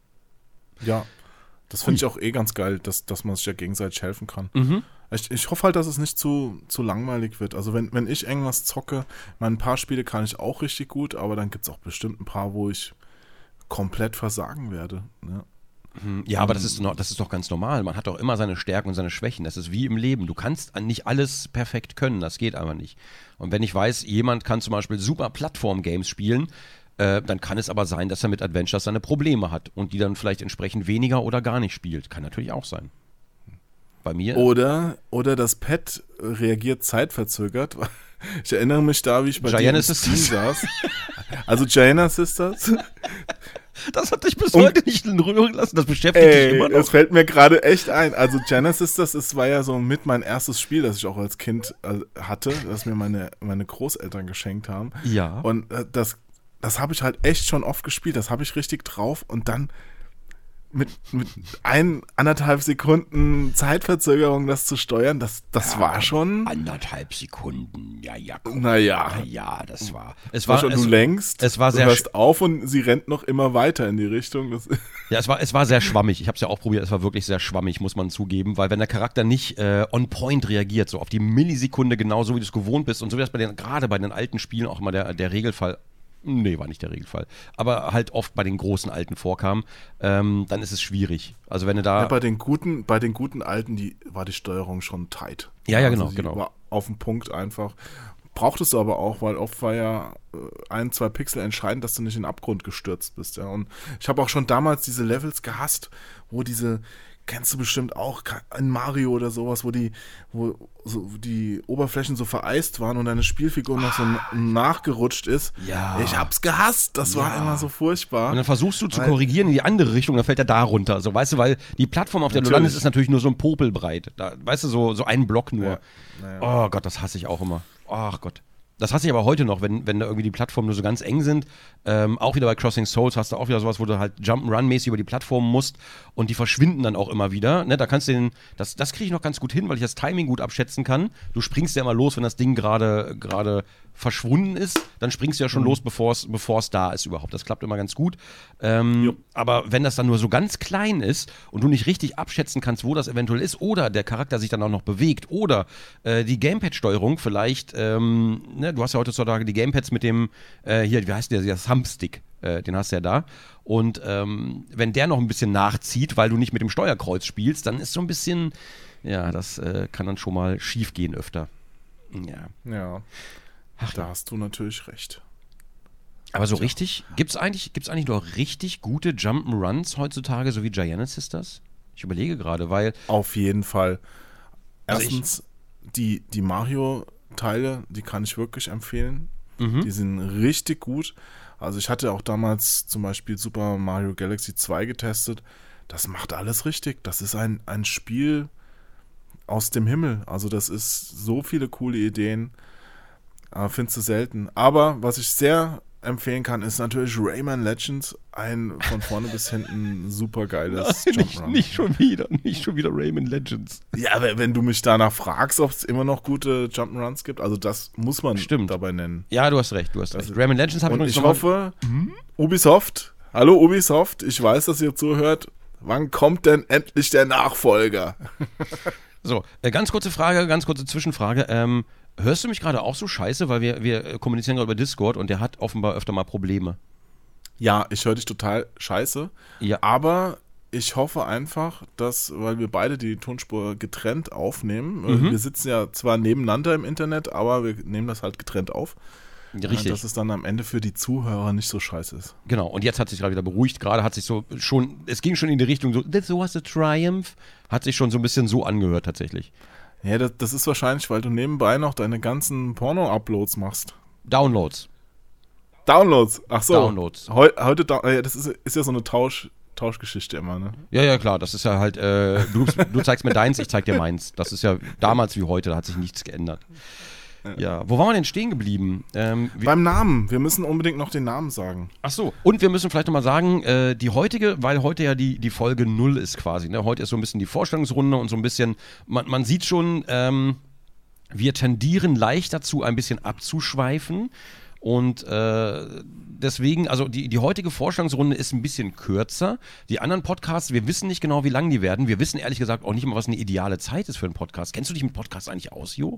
Ja, das finde ich auch eh ganz geil, dass, dass man sich ja gegenseitig helfen kann. Mhm. Ich, ich hoffe halt, dass es nicht zu, zu langweilig wird. Also wenn, wenn ich irgendwas zocke, mein, ein paar Spiele kann ich auch richtig gut, aber dann gibt es auch bestimmt ein paar, wo ich komplett versagen werde. Ne? Ja, aber das ist, noch, das ist doch ganz normal. Man hat doch immer seine Stärken und seine Schwächen. Das ist wie im Leben. Du kannst nicht alles perfekt können. Das geht einfach nicht. Und wenn ich weiß, jemand kann zum Beispiel super Plattform-Games spielen, äh, dann kann es aber sein, dass er mit Adventures seine Probleme hat und die dann vielleicht entsprechend weniger oder gar nicht spielt. Kann natürlich auch sein. Bei mir. Oder, oder das Pad reagiert zeitverzögert. Ich erinnere mich da, wie ich bei Giant dir im Steam saß. Also Giant Sisters. Das hat dich bis und, heute nicht in Ruhe gelassen. Das beschäftigt ey, dich immer noch. Das fällt mir gerade echt ein. Also Giant Sisters, das war ja so mit mein erstes Spiel, das ich auch als Kind äh, hatte, das mir meine, meine Großeltern geschenkt haben. Ja. Und äh, das, das habe ich halt echt schon oft gespielt. Das habe ich richtig drauf. Und dann mit, mit ein, anderthalb Sekunden Zeitverzögerung das zu steuern, das, das ja, war schon... Anderthalb Sekunden, ja, ja. Komm. Naja. Ja, das war... Es war schon, es, du lenkst, es war du sehr hörst auf und sie rennt noch immer weiter in die Richtung. Das ja, es war, es war sehr schwammig. Ich habe es ja auch probiert, es war wirklich sehr schwammig, muss man zugeben, weil wenn der Charakter nicht äh, on point reagiert, so auf die Millisekunde genau so, wie du es gewohnt bist und so wie das bei den, gerade bei den alten Spielen auch immer der, der Regelfall. Nee, war nicht der Regelfall. Aber halt oft bei den großen Alten vorkam, ähm, dann ist es schwierig. Also wenn du da... Ja, bei den guten, bei den guten Alten, die war die Steuerung schon tight. Ja, ja, genau, also genau. War auf den Punkt einfach. Brauchtest du aber auch, weil oft war ja ein, zwei Pixel entscheidend, dass du nicht in den Abgrund gestürzt bist. Ja. Und ich habe auch schon damals diese Levels gehasst, wo diese... Kennst du bestimmt auch in Mario oder sowas, wo die, wo so die Oberflächen so vereist waren und deine Spielfigur ah, noch so nachgerutscht ist. Ja. Ich hab's gehasst, das ja. war immer so furchtbar. Und dann versuchst du zu weil, korrigieren in die andere Richtung, dann fällt er da runter. Also, weißt du, weil die Plattform, auf der natürlich. du landest, ist natürlich nur so ein Popelbreit. Da, weißt du, so, so ein Block nur. Ja. Ja. Oh Gott, das hasse ich auch immer. Ach Gott. Das hasse ich aber heute noch, wenn, wenn da irgendwie die Plattformen nur so ganz eng sind. Ähm, auch wieder bei Crossing Souls hast du auch wieder sowas, wo du halt Jump'n'Run-mäßig über die Plattformen musst und die verschwinden dann auch immer wieder. Ne, da kannst du den, das, das kriege ich noch ganz gut hin, weil ich das Timing gut abschätzen kann. Du springst ja immer los, wenn das Ding gerade gerade verschwunden ist, dann springst du ja schon mhm. los, bevor es bevor es da ist überhaupt. Das klappt immer ganz gut. Ähm, aber wenn das dann nur so ganz klein ist und du nicht richtig abschätzen kannst, wo das eventuell ist oder der Charakter sich dann auch noch bewegt oder äh, die Gamepad-Steuerung vielleicht, ähm, ne, du hast ja heutzutage die Gamepads mit dem, äh, hier, wie heißt der, der Thumbstick, äh, den hast du ja da. Und ähm, wenn der noch ein bisschen nachzieht, weil du nicht mit dem Steuerkreuz spielst, dann ist so ein bisschen, ja, das äh, kann dann schon mal schief gehen öfter. Ja. Ja. Ach, da hast du natürlich recht. Aber so richtig, gibt's eigentlich, gibt's eigentlich noch richtig gute Jump'n'Runs heutzutage, so wie Giana Sisters? Ich überlege gerade, weil... Auf jeden Fall. Also Erstens, die, die Mario-Teile, die kann ich wirklich empfehlen. Mhm. Die sind richtig gut. Also ich hatte auch damals zum Beispiel Super Mario Galaxy zwei getestet. Das macht alles richtig. Das ist ein, ein Spiel aus dem Himmel. Also das ist so viele coole Ideen. Äh, findest du selten. Aber was ich sehr empfehlen kann, ist natürlich Rayman Legends. Ein von vorne bis hinten super geiles nicht, nicht schon wieder, nicht schon wieder Rayman Legends. Ja, aber wenn du mich danach fragst, ob es immer noch gute Jump'n'Runs gibt, also das muss man Stimmt. dabei nennen. Ja, du hast recht, du hast recht. Rayman Legends habe ich Und noch ich hoffe, hm? Ubisoft, hallo Ubisoft, ich weiß, dass ihr zuhört, wann kommt denn endlich der Nachfolger? So, äh, ganz kurze Frage, ganz kurze Zwischenfrage. Ähm, hörst du mich gerade auch so scheiße, weil wir, wir kommunizieren gerade über Discord und der hat offenbar öfter mal Probleme. Ja, ich höre dich total scheiße, Ja. aber ich hoffe einfach, dass, weil wir beide die Tonspur getrennt aufnehmen, Mhm. wir sitzen ja zwar nebeneinander im Internet, aber wir nehmen das halt getrennt auf, Richtig. dass es dann am Ende für die Zuhörer nicht so scheiße ist. Genau, und jetzt hat sich gerade wieder beruhigt. Gerade hat sich so schon, es ging schon in die Richtung so, this was a triumph, hat sich schon so ein bisschen so angehört tatsächlich. Ja, das, das ist wahrscheinlich, weil du nebenbei noch deine ganzen Porno-Uploads machst. Downloads. Downloads, ach so. Downloads. Heu, heute, da, ja, das ist, ist ja so eine Tausch, Tauschgeschichte immer, ne? Ja, ja, klar, das ist ja halt, äh, du, du zeigst mir deins, ich zeig dir meins. Das ist ja damals wie heute, da hat sich nichts geändert. Ja, wo waren wir denn stehen geblieben? Ähm, wir, Beim Namen, wir müssen unbedingt noch den Namen sagen. ach so, und wir müssen vielleicht nochmal sagen, äh, die heutige, weil heute ja die, die Folge null ist quasi, ne? Heute ist so ein bisschen die Vorstellungsrunde und so ein bisschen, man, man sieht schon, ähm, wir tendieren leicht dazu, ein bisschen abzuschweifen. Und äh, deswegen, also die, die heutige Vorstellungsrunde ist ein bisschen kürzer. Die anderen Podcasts, wir wissen nicht genau, wie lang die werden. Wir wissen ehrlich gesagt auch nicht mal, was eine ideale Zeit ist für einen Podcast. Kennst du dich mit Podcasts eigentlich aus, Jo?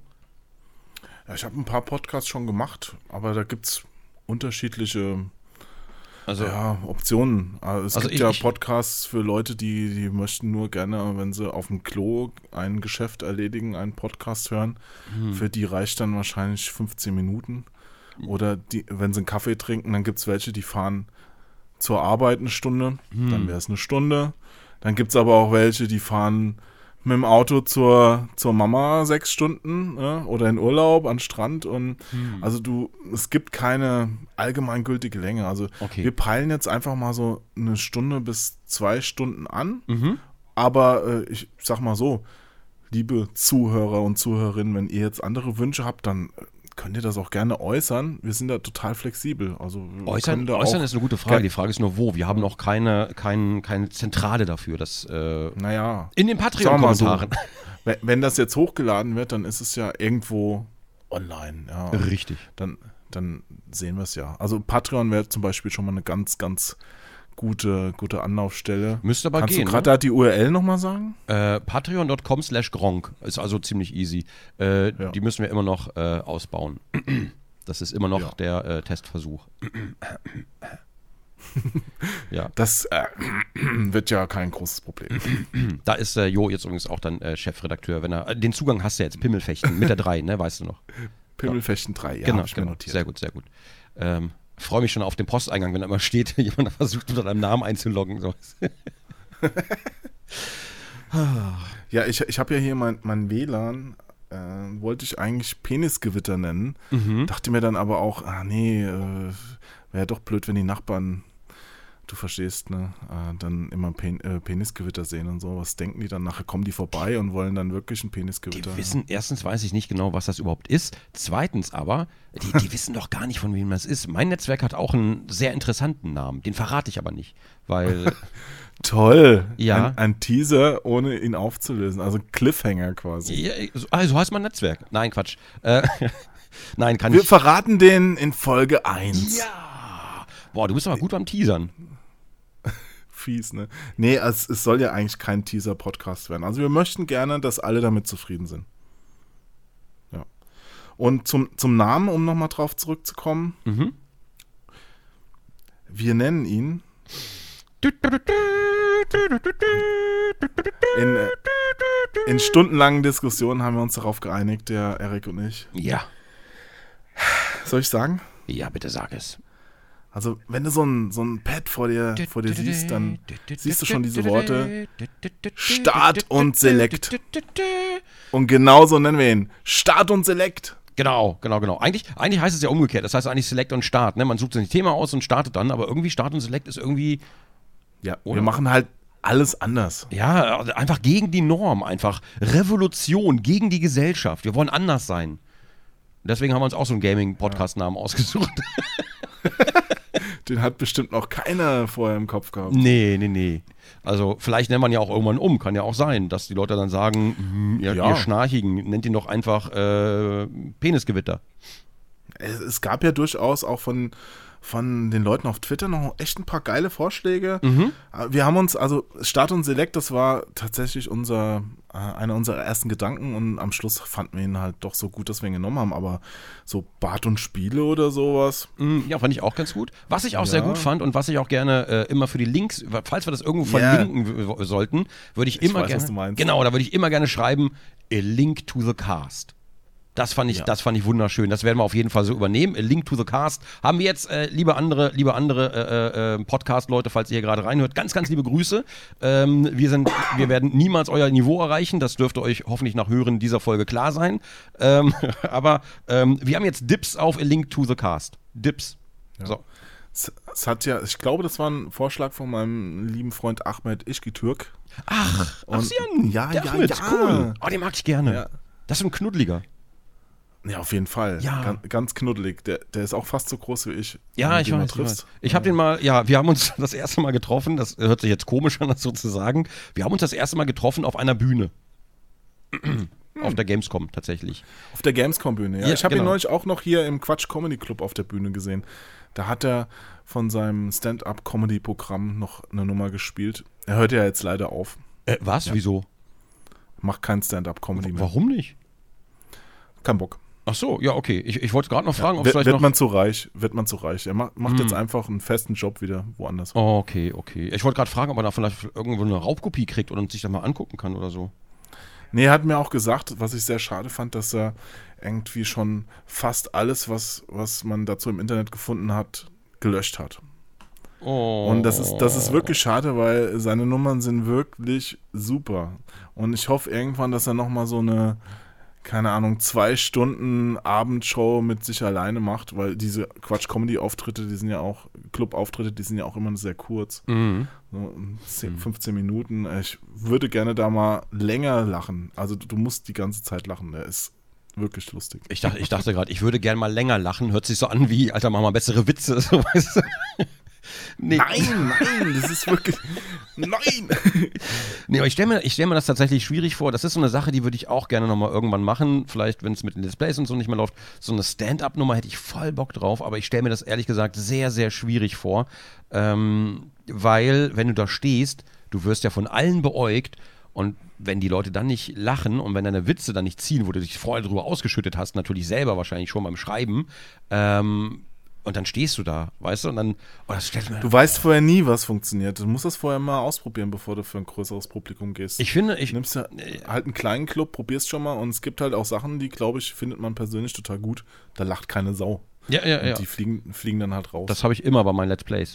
Ja, ich habe ein paar Podcasts schon gemacht, aber da gibt es unterschiedliche Also, ja, Optionen. Also es Also gibt ich- ja ich- Podcasts für Leute, die, die möchten nur gerne, wenn sie auf dem Klo ein Geschäft erledigen, einen Podcast hören. Hm. Für die reicht dann wahrscheinlich fünfzehn Minuten. Oder die, wenn sie einen Kaffee trinken, dann gibt es welche, die fahren zur Arbeit eine Stunde, Hm. dann wäre es eine Stunde. Dann gibt es aber auch welche, die fahren mit dem Auto zur, zur Mama sechs Stunden, ne? Oder in Urlaub an den Strand. Und Hm. also du, es gibt keine allgemeingültige Länge. Also Okay. wir peilen jetzt einfach mal so eine Stunde bis zwei Stunden an. Mhm. Aber äh, ich sag mal so, liebe Zuhörer und Zuhörerinnen, wenn ihr jetzt andere Wünsche habt, dann äh, könnt ihr das auch gerne äußern. Wir sind da total flexibel. Also wir können Äußern, da äußern auch, ist eine gute Frage. Die Frage ist nur, wo. Wir haben noch keine, kein, keine Zentrale dafür. Das, äh, naja, in den sagen wir mal so, Patreon-Kommentaren. wenn, wenn das jetzt hochgeladen wird, dann ist es ja irgendwo online. Ja. Richtig. Dann, dann sehen wir es ja. Also Patreon wäre zum Beispiel schon mal eine ganz, ganz gute, gute Anlaufstelle. Müsste aber Kannst gehen. du gerade Ne? da die U R L nochmal sagen? Äh, Patreon.com slash Gronk. Ist also ziemlich easy. Äh, Ja. Die müssen wir immer noch äh, ausbauen. Das ist immer noch Ja. der äh, Testversuch. Ja, Das äh, wird ja kein großes Problem. da ist äh, Jo jetzt übrigens auch dann äh, Chefredakteur. Wenn er, äh, den Zugang hast du ja jetzt, Pimmelfechten mit der drei, ne, weißt du noch. Pimmelfechten drei, ja, genau, hab ich mir genau. notiert. Sehr gut, sehr gut. Ähm, freue mich schon auf den Posteingang, wenn da immer steht, jemand versucht unter deinem Namen einzuloggen. So. Ja, ich, ich habe ja hier mein, mein W L A N, äh, wollte ich eigentlich Penisgewitter nennen. Mhm. Dachte mir dann aber auch, ah nee, äh, wäre doch blöd, wenn die Nachbarn, du verstehst, ne, äh, dann immer Pen, äh, Penisgewitter sehen und so. Was denken die dann? Nachher kommen die vorbei und wollen dann wirklich ein Penisgewitter. Die wissen, erstens weiß ich nicht genau, was das überhaupt ist. Zweitens aber, die, die wissen doch gar nicht, von wem das ist. Mein Netzwerk hat auch einen sehr interessanten Namen. Den verrate ich aber nicht, weil Toll! Ja. Ein, ein Teaser, ohne ihn aufzulösen. Also Cliffhanger quasi. ja, also heißt mein Netzwerk. Nein, Quatsch. Äh, nein, kann Wir ich. verraten den in Folge eins. Ja. Boah, du bist aber gut beim Teasern. Fies, ne? Nee, es, es soll ja eigentlich kein Teaser-Podcast werden. Also wir möchten gerne, dass alle damit zufrieden sind. Ja. Und zum, zum Namen, um nochmal drauf zurückzukommen. Mhm. Wir nennen ihn in, äh, in stundenlangen Diskussionen haben wir uns darauf geeinigt, der Erik und ich. Ja. Soll ich sagen? Ja, bitte sag es. Also, wenn du so ein, so ein Pad vor dir, vor dir siehst, dann siehst du schon diese Worte Start und Select. Und genauso nennen wir ihn. Start und Select. Genau, genau, genau. Eigentlich, eigentlich heißt es ja umgekehrt. Das heißt eigentlich Select und Start. Ne? Man sucht sich ein Thema aus und startet dann, aber irgendwie Start und Select ist irgendwie... Ja, oder? Wir machen halt alles anders. Ja, einfach gegen die Norm. Einfach Revolution gegen die Gesellschaft. Wir wollen anders sein. Deswegen haben wir uns auch so einen Gaming-Podcast-Namen ja. ausgesucht. Den hat bestimmt noch keiner vorher im Kopf gehabt. Nee, nee, nee. Also vielleicht nennt man ja auch irgendwann um. Kann ja auch sein, dass die Leute dann sagen, hm, ihr, ja. ihr Schnarchigen, nennt ihn doch einfach äh, Penisgewitter. Es, es gab ja durchaus auch von... von den Leuten auf Twitter noch echt ein paar geile Vorschläge. Mhm. Wir haben uns, also Start und Select, das war tatsächlich unser, äh, einer unserer ersten Gedanken und am Schluss fanden wir ihn halt doch so gut, dass wir ihn genommen haben, aber so Bart und Spiele oder sowas. Mhm, ja, fand ich auch ganz gut. Was ich auch ja. sehr gut fand und was ich auch gerne äh, immer für die Links, falls wir das irgendwo verlinken yeah. sollten, würde ich, ich immer weiß, gerne, was du meinst. Genau, da würde ich immer gerne schreiben, a link to the cast. Das fand ich, ja. das fand ich wunderschön. Das werden wir auf jeden Fall so übernehmen. A Link to the Cast. Haben wir jetzt, äh, liebe andere, liebe andere äh, äh, Podcast-Leute, falls ihr hier gerade reinhört, ganz, ganz liebe Grüße. Ähm, wir sind, wir werden niemals euer Niveau erreichen. Das dürfte euch hoffentlich nach Hören dieser Folge klar sein. Ähm, aber ähm, wir haben jetzt Dips auf A Link to the Cast. Dips. Ja. So. Es, es hat ja, ich glaube, das war ein Vorschlag von meinem lieben Freund Ahmed Ischgitürk. Ach, und, Sian, ja, der ja, Ahmed, ja. Cool. Oh, den mag ich gerne. Ja. Das ist ein Knuddeliger. Ja, auf jeden Fall. Ja. Ganz, ganz knuddelig. Der, der ist auch fast so groß wie ich. Ja, ich weiß, ich weiß. Ich habe den mal, ja, wir haben uns das erste Mal getroffen, das hört sich jetzt komisch an, das so zu sagen. Wir haben uns das erste Mal getroffen auf einer Bühne. Hm. Auf der Gamescom tatsächlich. Auf der Gamescom-Bühne, ja. ja ich habe genau. ihn neulich auch noch hier im Quatsch Comedy Club auf der Bühne gesehen. Da hat er von seinem Stand-Up-Comedy-Programm noch eine Nummer gespielt. Er hört ja jetzt leider auf. Äh, was? Ja. Wieso? Macht kein Stand-Up-Comedy mehr. Warum nicht? Kein Bock. Ach so, ja, okay. Ich, ich wollte gerade noch fragen, ob es vielleicht wird noch... man zu reich, wird man zu reich. Er macht, macht hm. jetzt einfach einen festen Job wieder woanders. Oh, okay, okay. Ich wollte gerade fragen, ob er da vielleicht irgendwo eine Raubkopie kriegt und sich das mal angucken kann oder so. Nee, er hat mir auch gesagt, was ich sehr schade fand, dass er irgendwie schon fast alles, was, was man dazu im Internet gefunden hat, gelöscht hat. Oh. Und das ist, das ist wirklich schade, weil seine Nummern sind wirklich super. Und ich hoffe irgendwann, dass er nochmal so eine... keine Ahnung, zwei Stunden Abendshow mit sich alleine macht, weil diese Quatsch-Comedy-Auftritte, die sind ja auch, Club-Auftritte, die sind ja auch immer sehr kurz. Mhm. So zehn, fünfzehn Minuten. Ich würde gerne da mal länger lachen. Also du, du musst die ganze Zeit lachen. Der ist wirklich lustig. Ich dachte, ich dachte gerade, ich würde gerne mal länger lachen. Hört sich so an wie, Alter, mach mal bessere Witze. So, weißt du? Nee. Nein, nein, das ist wirklich, nein. Nee, aber ich stelle mir, ich stell mir das tatsächlich schwierig vor. Das ist so eine Sache, die würde ich auch gerne nochmal irgendwann machen. Vielleicht, wenn es mit den Displays und so nicht mehr läuft. So eine Stand-Up-Nummer hätte ich voll Bock drauf. Aber ich stelle mir das ehrlich gesagt sehr, sehr schwierig vor. Ähm, weil, wenn du da stehst, du wirst ja von allen beäugt. Und wenn die Leute dann nicht lachen und wenn deine Witze dann nicht ziehen, wo du dich vorher drüber ausgeschüttet hast, natürlich selber wahrscheinlich schon beim Schreiben, ähm, und dann stehst du da, weißt du, und dann, oh, das stellt mir Du weißt vorher nie, was funktioniert. Du musst das vorher mal ausprobieren, bevor du für ein größeres Publikum gehst. Ich finde, ich... Du nimmst ja halt einen kleinen Club, probierst schon mal und es gibt halt auch Sachen, die, glaube ich, findet man persönlich total gut. Da lacht keine Sau. Ja, ja, und ja. die fliegen, fliegen dann halt raus. Das habe ich immer bei meinen Let's Plays.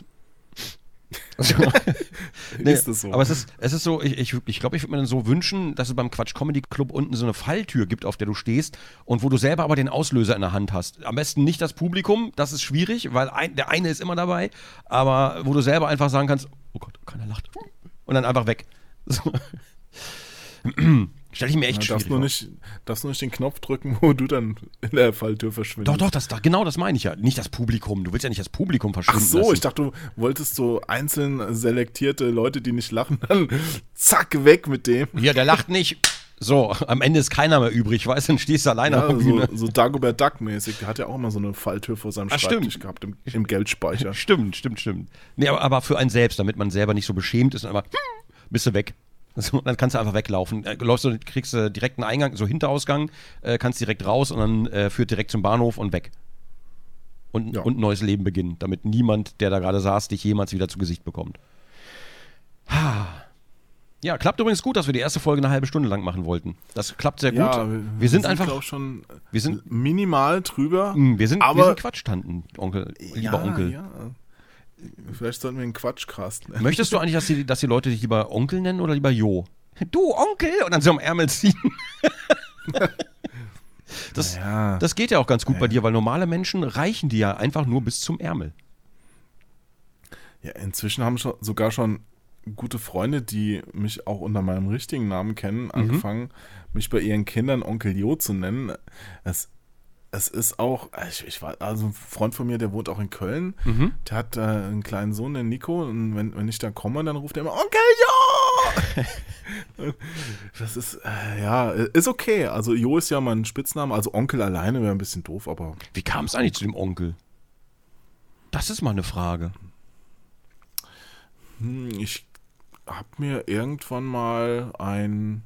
nee, ist das so? Aber es ist, es ist so, ich, ich, ich glaube, ich würde mir dann so wünschen, dass es beim Quatsch Comedy Club unten so eine Falltür gibt, auf der du stehst und wo du selber aber den Auslöser in der Hand hast. Am besten nicht das Publikum, das ist schwierig, weil ein, der eine ist immer dabei, aber wo du selber einfach sagen kannst, oh Gott, keiner lacht. Und dann einfach weg. So. Stell ich mir echt ja, schwierig darfst nur nicht, darfst nur nicht den Knopf drücken, wo du dann in der Falltür verschwindest. Doch, doch, das, genau das meine ich ja. Nicht das Publikum. Du willst ja nicht das Publikum verschwinden Ach so, lassen. Ich dachte, du wolltest so einzeln selektierte Leute, die nicht lachen, dann zack, weg mit dem. Ja, der lacht nicht. So, am Ende ist keiner mehr übrig, weißt du, dann stehst du alleine ja, auf der Bühne. So, so Dagobert Duck-mäßig. Der hat ja auch immer so eine Falltür vor seinem Ach, Schreibtisch stimmt. gehabt, im, im Geldspeicher. Stimmt, stimmt, stimmt. Nee, aber, aber für einen selbst, damit man selber nicht so beschämt ist, aber bist du weg. So, dann kannst du einfach weglaufen. Äh, läufst du, kriegst du direkt einen Eingang, so Hinterausgang, äh, kannst direkt raus und dann äh, führt direkt zum Bahnhof und weg. Und, ja. und ein neues Leben beginnen, damit niemand, der da gerade saß, dich jemals wieder zu Gesicht bekommt. Ha. Ja, klappt übrigens gut, dass wir die erste Folge eine halbe Stunde lang machen wollten. Das klappt sehr gut. Ja, wir, wir sind wir einfach auch schon wir sind minimal drüber. Wir sind, aber wir sind Quatschtanten, Onkel, lieber ja, Onkel. Ja. Vielleicht sollten wir einen Quatschcast nennen. Möchtest du eigentlich, dass die, dass die Leute dich lieber Onkel nennen oder lieber Jo? Du, Onkel! Und dann so am Ärmel ziehen. Das, ja. das geht ja auch ganz gut ja. bei dir, weil normale Menschen reichen dir ja einfach nur bis zum Ärmel. Ja, inzwischen haben schon, sogar schon gute Freunde, die mich auch unter meinem richtigen Namen kennen, mhm. angefangen, mich bei ihren Kindern Onkel Jo zu nennen. Es, es ist auch, ich, ich war, also ein Freund von mir, der wohnt auch in Köln, mhm. der hat äh, einen kleinen Sohn, den Nico, und wenn, wenn ich da komme, dann ruft er immer Onkel Jo! Das ist, äh, ja, ist okay. Also Jo ist ja mein Spitzname, also Onkel alleine wäre ein bisschen doof, aber... Wie kam es eigentlich zu dem Onkel? Das ist mal eine Frage. Hm, ich habe mir irgendwann mal ein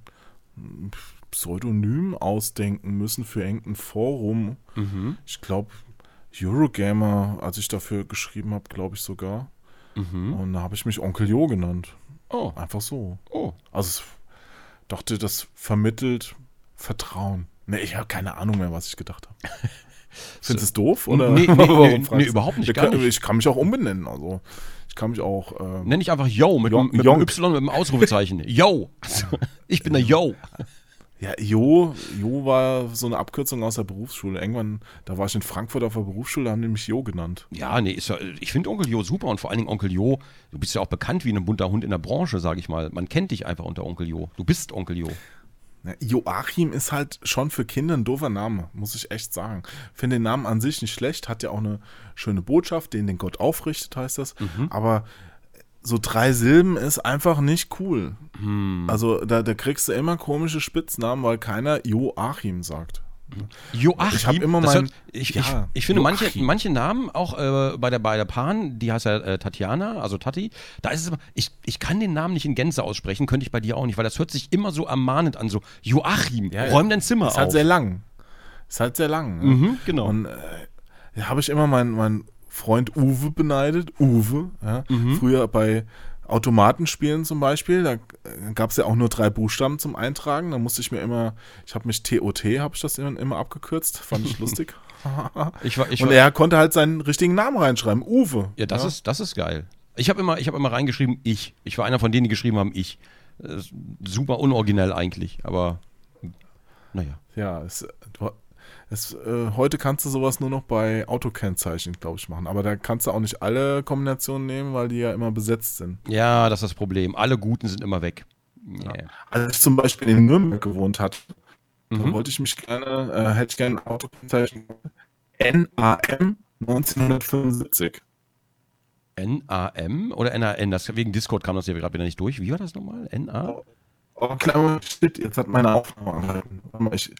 Pseudonym ausdenken müssen für irgendein Forum. Mhm. Ich glaube, Eurogamer, als ich dafür geschrieben habe, glaube ich sogar. Mhm. Und da habe ich mich Onkel Jo genannt. Oh. Einfach so. Oh. Also ich dachte, das vermittelt Vertrauen. Ne, ich habe keine Ahnung mehr, was ich gedacht habe. Findest du es doof? Oder? Nee, nee, nee, nee überhaupt nicht, gar nicht. Ich kann mich auch umbenennen, also ich kann mich auch... Ähm, Nenn ich einfach Yo mit, Yo, mit einem Y, mit einem Ausrufezeichen. Yo! Ich bin der Yo. Ja, Jo, Jo war so eine Abkürzung aus der Berufsschule. Irgendwann, da war ich in Frankfurt auf der Berufsschule, da haben die mich Jo genannt. Ja, nee, ist ja, ich finde Onkel Jo super und vor allen Dingen Onkel Jo, du bist ja auch bekannt wie ein bunter Hund in der Branche, sage ich mal. Man kennt dich einfach unter Onkel Jo. Du bist Onkel Jo. Ja, Joachim ist halt schon für Kinder ein doofer Name, muss ich echt sagen. Finde den Namen an sich nicht schlecht, hat ja auch eine schöne Botschaft, den den Gott aufrichtet, heißt das. Mhm. Aber so drei Silben ist einfach nicht cool. Mhm. Also da, da kriegst du immer komische Spitznamen, weil keiner Joachim sagt. Joachim? Ich habe immer mein, hört, ich, ja, ich, ich finde manche, manche Namen, auch äh, bei der bei der Pan, die heißt ja äh, Tatjana, also Tati, da ist es immer, ich, ich kann den Namen nicht in Gänze aussprechen, könnte ich bei dir auch nicht, weil das hört sich immer so ermahnend an, so Joachim, ja, räum dein Zimmer auf. Ist halt sehr lang. Ist halt sehr lang. Ne? Mhm, genau. Und äh, da habe ich immer meinen mein Freund Uwe beneidet, Uwe, ja? Mhm. Früher bei Automatenspielen zum Beispiel, da gab es ja auch nur drei Buchstaben zum Eintragen, da musste ich mir immer, ich habe mich T O T, habe ich das immer, immer abgekürzt, fand ich lustig. ich war, ich Und war, er konnte halt seinen richtigen Namen reinschreiben, Uwe. Ja, das, ja. Ist, das ist geil. Ich habe immer, ich hab immer reingeschrieben, ich. Ich war einer von denen, die geschrieben haben, ich. Super unoriginell eigentlich, aber naja. Ja, es, es, äh, heute kannst du sowas nur noch bei Autokennzeichen, glaube ich, machen. Aber da kannst du auch nicht alle Kombinationen nehmen, weil die ja immer besetzt sind. Ja, das ist das Problem. Alle Guten sind immer weg. Ja. Yeah. Als ich zum Beispiel in Nürnberg gewohnt hatte, mhm. da wollte ich mich gerne, äh, hätte ich gerne ein Autokennzeichen N A M neunzehnhundertfünfundsiebzig. N A M oder N A N? Das, wegen Discord kam das ja gerade wieder nicht durch. Wie war das nochmal? N A? Oh, oh klar, shit, jetzt hat meine Aufnahme angehalten. Ich,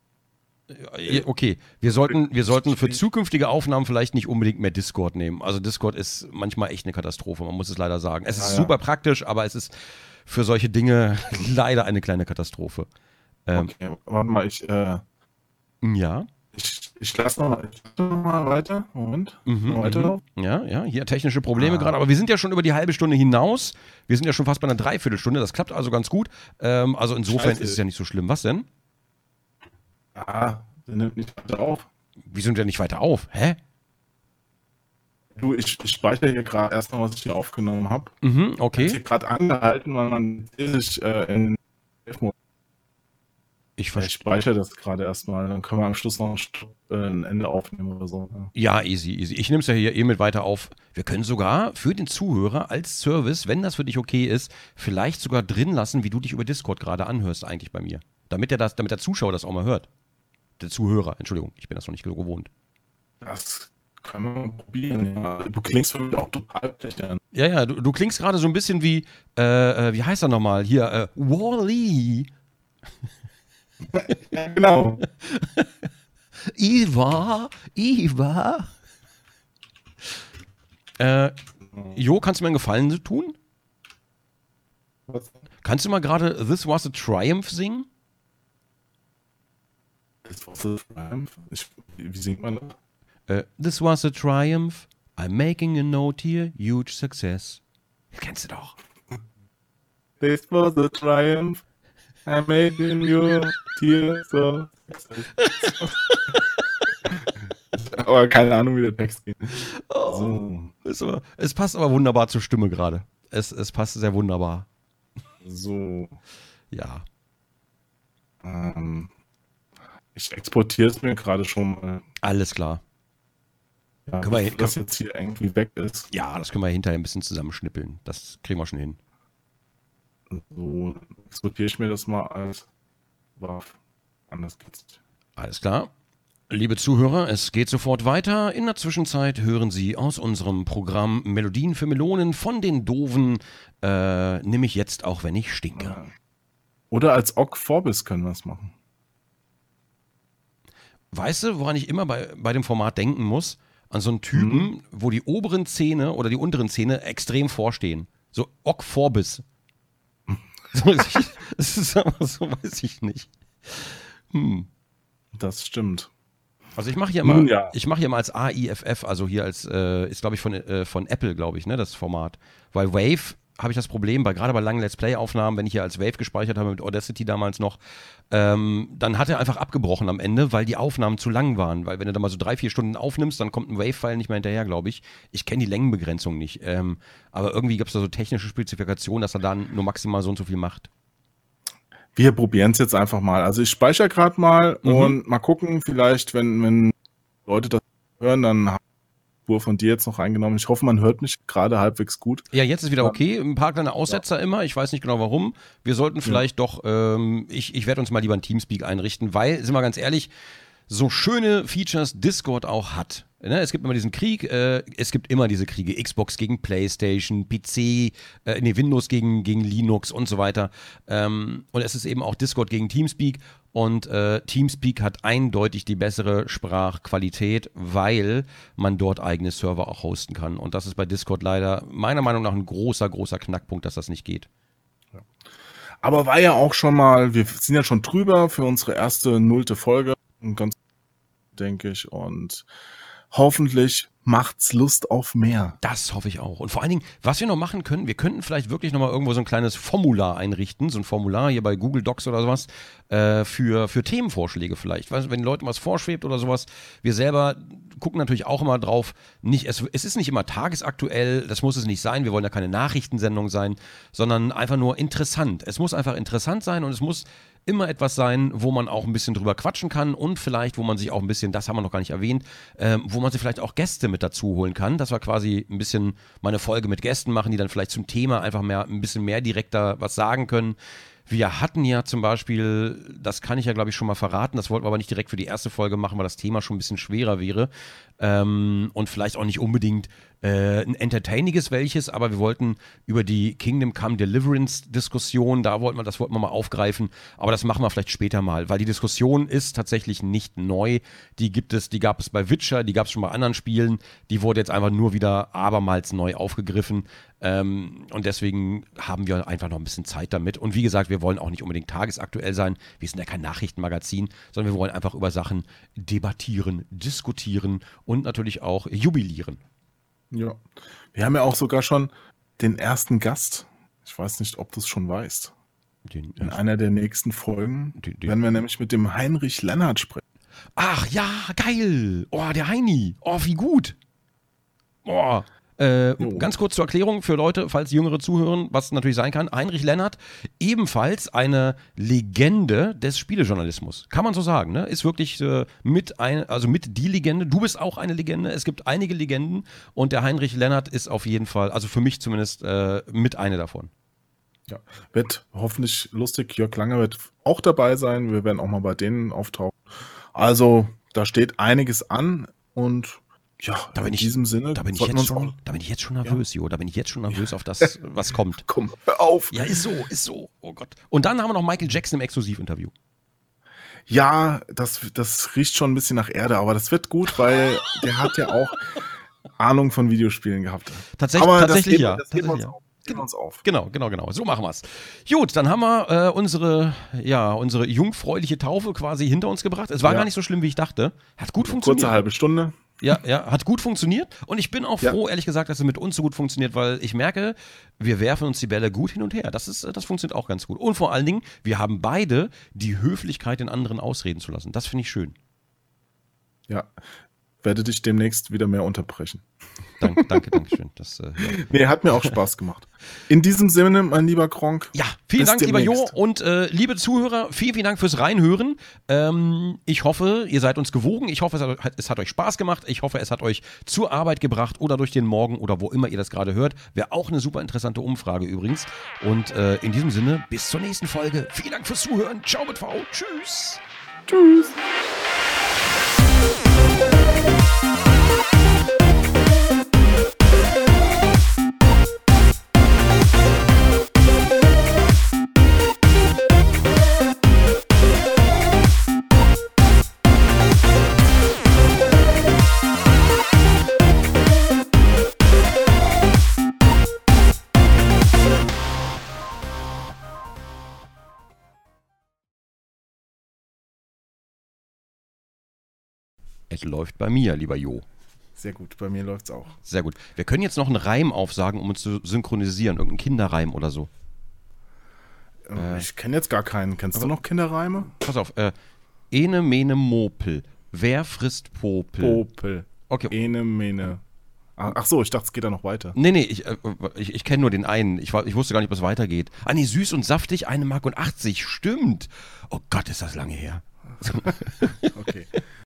Okay, wir sollten, wir sollten für zukünftige Aufnahmen vielleicht nicht unbedingt mehr Discord nehmen. Also Discord ist manchmal echt eine Katastrophe, man muss es leider sagen. Es ist ja, super ja. praktisch, aber es ist für solche Dinge leider eine kleine Katastrophe. Ähm, okay, warte mal, ich, äh, ja. Ich, ich lasse nochmal noch mal weiter. Moment. Mhm, weiter. Ja, ja, hier technische Probleme ah. gerade, aber wir sind ja schon über die halbe Stunde hinaus. Wir sind ja schon fast bei einer Dreiviertelstunde, das klappt also ganz gut. Ähm, also insofern Scheiße. Ist es ja nicht so schlimm. Was denn? Ah, der nimmt nicht weiter auf. Wieso nimmt der nicht weiter auf? Hä? Du, ich, ich speichere hier gerade erstmal, was ich hier aufgenommen habe. Mhm, okay. Ich habe gerade angehalten, weil man sich äh, in Ich, ich speichere das gerade erstmal, dann können wir am Schluss noch ein, äh, ein Ende aufnehmen oder so. Ja. ja, easy, easy. Ich nehme es ja hier eh mit weiter auf. Wir können sogar für den Zuhörer als Service, wenn das für dich okay ist, vielleicht sogar drin lassen, wie du dich über Discord gerade anhörst eigentlich bei mir. Damit der, das, damit der Zuschauer das auch mal hört. Der Zuhörer, Entschuldigung, ich bin das noch nicht gewohnt. Das können wir mal probieren. Ja. Du klingst für mich auch total schlecht an. Ja, ja, du, du klingst gerade so ein bisschen wie, äh, wie heißt er nochmal? Hier, äh, Wall-E. Ja, genau. Iva, Iva. Äh, Jo, kannst du mir einen Gefallen tun? Was? Kannst du mal gerade This Was a Triumph singen? This Was a Triumph? Ich, wie singt man das? Uh, This was a triumph. I'm making a note here. Huge success. Kennst du doch. This was a triumph. I'm making you here so. Aber keine Ahnung, wie der Text geht. Oh. So. Ist aber, es passt aber wunderbar zur Stimme gerade. Es, es passt sehr wunderbar. So. Ja. Ähm, ich exportiere es mir gerade schon mal. Alles klar. Ja, können wir, das jetzt hier irgendwie weg ist. Ja, das können wir hinterher ein bisschen zusammenschnippeln. Das kriegen wir schon hin. So, exportiere ich mir das mal als W A V. Anders geht's nicht. Alles klar. Liebe Zuhörer, es geht sofort weiter. In der Zwischenzeit hören Sie aus unserem Programm Melodien für Melonen von den Doofen, äh, nämlich jetzt auch, wenn ich stinke. Oder als Ock Vorbis können wir es machen. Weißt du, woran ich immer bei, bei dem Format denken muss? An so einen Typen, mhm. wo die oberen Zähne oder die unteren Zähne extrem vorstehen. So Ock Vorbis. Das ist aber so, weiß ich nicht. Hm. Das stimmt. Also ich mache hier mal, ja. ich mache hier mal als A I F F, also hier als, äh, ist glaube ich von, äh, von Apple, glaube ich, ne, das Format. Weil Wave habe ich das Problem, bei, gerade bei langen Let's Play-Aufnahmen, wenn ich hier als Wave gespeichert habe mit Audacity damals noch, ähm, dann hat er einfach abgebrochen am Ende, weil die Aufnahmen zu lang waren. Weil wenn du da mal so drei, vier Stunden aufnimmst, dann kommt ein Wave-File nicht mehr hinterher, glaube ich. Ich kenne die Längenbegrenzung nicht. Ähm, aber irgendwie gibt es da so technische Spezifikationen, dass er dann nur maximal so und so viel macht. Wir probieren es jetzt einfach mal. Also ich speichere gerade mal mhm. und mal gucken, vielleicht, wenn, wenn Leute das hören, dann haben wir von dir jetzt noch eingenommen. Ich hoffe, man hört mich gerade halbwegs gut. Ja, jetzt ist wieder okay. Ein paar kleine Aussetzer ja. immer. Ich weiß nicht genau warum. Wir sollten vielleicht ja. doch, ähm, ich, ich werde uns mal lieber ein Teamspeak einrichten, weil, sind wir ganz ehrlich, so schöne Features Discord auch hat. Ne, es gibt immer diesen Krieg, äh, es gibt immer diese Kriege, Xbox gegen PlayStation, P C, äh, nee, Windows gegen, gegen Linux und so weiter. Ähm, und es ist eben auch Discord gegen Teamspeak und äh, Teamspeak hat eindeutig die bessere Sprachqualität, weil man dort eigene Server auch hosten kann. Und das ist bei Discord leider meiner Meinung nach ein großer, großer Knackpunkt, dass das nicht geht. Ja. Aber war ja auch schon mal, wir sind ja schon drüber für unsere erste nullte Folge, ganz denke ich, und hoffentlich macht's Lust auf mehr. Das hoffe ich auch. Und vor allen Dingen, was wir noch machen können, wir könnten vielleicht wirklich nochmal irgendwo so ein kleines Formular einrichten, so ein Formular hier bei Google Docs oder sowas, äh, für, für Themenvorschläge vielleicht. Weißt du, wenn den Leuten was vorschwebt oder sowas, wir selber gucken natürlich auch immer drauf, nicht, es, es ist nicht immer tagesaktuell, das muss es nicht sein, wir wollen ja keine Nachrichtensendung sein, sondern einfach nur interessant. Es muss einfach interessant sein und es muss immer etwas sein, wo man auch ein bisschen drüber quatschen kann und vielleicht, wo man sich auch ein bisschen, das haben wir noch gar nicht erwähnt, ähm, wo man sich vielleicht auch Gäste mit dazu holen kann, dass wir quasi ein bisschen mal eine Folge mit Gästen machen, die dann vielleicht zum Thema einfach mehr, ein bisschen mehr direkter was sagen können. Wir hatten ja zum Beispiel, das kann ich ja glaube ich schon mal verraten, das wollten wir aber nicht direkt für die erste Folge machen, weil das Thema schon ein bisschen schwerer wäre ähm, und vielleicht auch nicht unbedingt äh, ein entertainiges welches, aber wir wollten über die Kingdom Come Deliverance Diskussion, da wollten wir, das wollten wir mal aufgreifen, aber das machen wir vielleicht später mal, weil die Diskussion ist tatsächlich nicht neu, die gibt es, die gab es bei Witcher, die gab es schon bei anderen Spielen, die wurde jetzt einfach nur wieder abermals neu aufgegriffen ähm, und deswegen haben wir einfach noch ein bisschen Zeit damit und wie gesagt, wir wollen auch nicht unbedingt tagesaktuell sein, wir sind ja kein Nachrichtenmagazin, sondern wir wollen einfach über Sachen debattieren, diskutieren und natürlich auch jubilieren. Ja, wir haben ja auch sogar schon den ersten Gast. Ich weiß nicht, ob du es schon weißt. Den In einer der nächsten Folgen den, den werden wir nämlich mit dem Heinrich Lennart sprechen. Ach ja, geil. Oh, der Heini. Oh, wie gut. Oh, Äh, ganz kurz zur Erklärung für Leute, falls Jüngere zuhören, was natürlich sein kann. Heinrich Lennart, ebenfalls eine Legende des Spielejournalismus. Kann man so sagen, ne? Ist wirklich äh, mit ein, also mit die Legende. Du bist auch eine Legende. Es gibt einige Legenden und der Heinrich Lennart ist auf jeden Fall, also für mich zumindest, äh, mit eine davon. Ja, wird hoffentlich lustig. Jörg Langer wird auch dabei sein. Wir werden auch mal bei denen auftauchen. Also, da steht einiges an und ja, da bin in ich, diesem Sinne. Da bin ich, jetzt schon, da bin ich jetzt schon nervös, ja. Jo. Da bin ich jetzt schon nervös ja. auf das, was kommt. Komm, hör auf. Ja, ist so, ist so. Oh Gott. Und dann haben wir noch Michael Jackson im Exklusivinterview. Ja, das, das riecht schon ein bisschen nach Erde, aber das wird gut, weil der hat ja auch Ahnung von Videospielen gehabt. Tatsächlich, aber tatsächlich das ja. Das geben wir uns ja. auf. Uns auf. Genau, genau, genau. So machen wir es. Gut, dann haben wir äh, unsere, ja, unsere jungfräuliche Taufe quasi hinter uns gebracht. Es war ja. gar nicht so schlimm, wie ich dachte. Hat gut funktioniert. Kurze halbe Stunde. Ja, ja, hat gut funktioniert. Und ich bin auch froh, ja. ehrlich gesagt, dass es mit uns so gut funktioniert, weil ich merke, wir werfen uns die Bälle gut hin und her. Das ist, das funktioniert auch ganz gut. Und vor allen Dingen, wir haben beide die Höflichkeit, den anderen ausreden zu lassen. Das finde ich schön. Ja. werde dich demnächst wieder mehr unterbrechen. Danke, danke, danke schön. Das, äh, ja. Nee, hat mir auch Spaß gemacht. In diesem Sinne, mein lieber Kronk. Ja, vielen Dank, demnächst. Lieber Jo. Und äh, liebe Zuhörer, vielen, vielen Dank fürs Reinhören. Ähm, ich hoffe, ihr seid uns gewogen. Ich hoffe, es hat, es hat euch Spaß gemacht. Ich hoffe, es hat euch zur Arbeit gebracht oder durch den Morgen oder wo immer ihr das gerade hört. Wäre auch eine super interessante Umfrage übrigens. Und äh, in diesem Sinne, bis zur nächsten Folge. Vielen Dank fürs Zuhören. Ciao mit V. Tschüss. Tschüss. Es läuft bei mir, lieber Jo. Sehr gut, bei mir läuft's auch. Sehr gut. Wir können jetzt noch einen Reim aufsagen, um uns zu synchronisieren. Irgendeinen Kinderreim oder so. Äh, ich kenne jetzt gar keinen. Kennst du noch Kinderreime? Pass auf. Äh, Ene, mene, Mopel. Wer frisst Popel? Popel. Okay. Ene, mene. Ach so, ich dachte, es geht da noch weiter. Nee, nee, ich, äh, ich, ich kenne nur den einen. Ich, ich wusste gar nicht, was weitergeht. Ah, nee, süß und saftig, eine Mark und achtzig. Stimmt. Oh Gott, ist das lange her. Okay.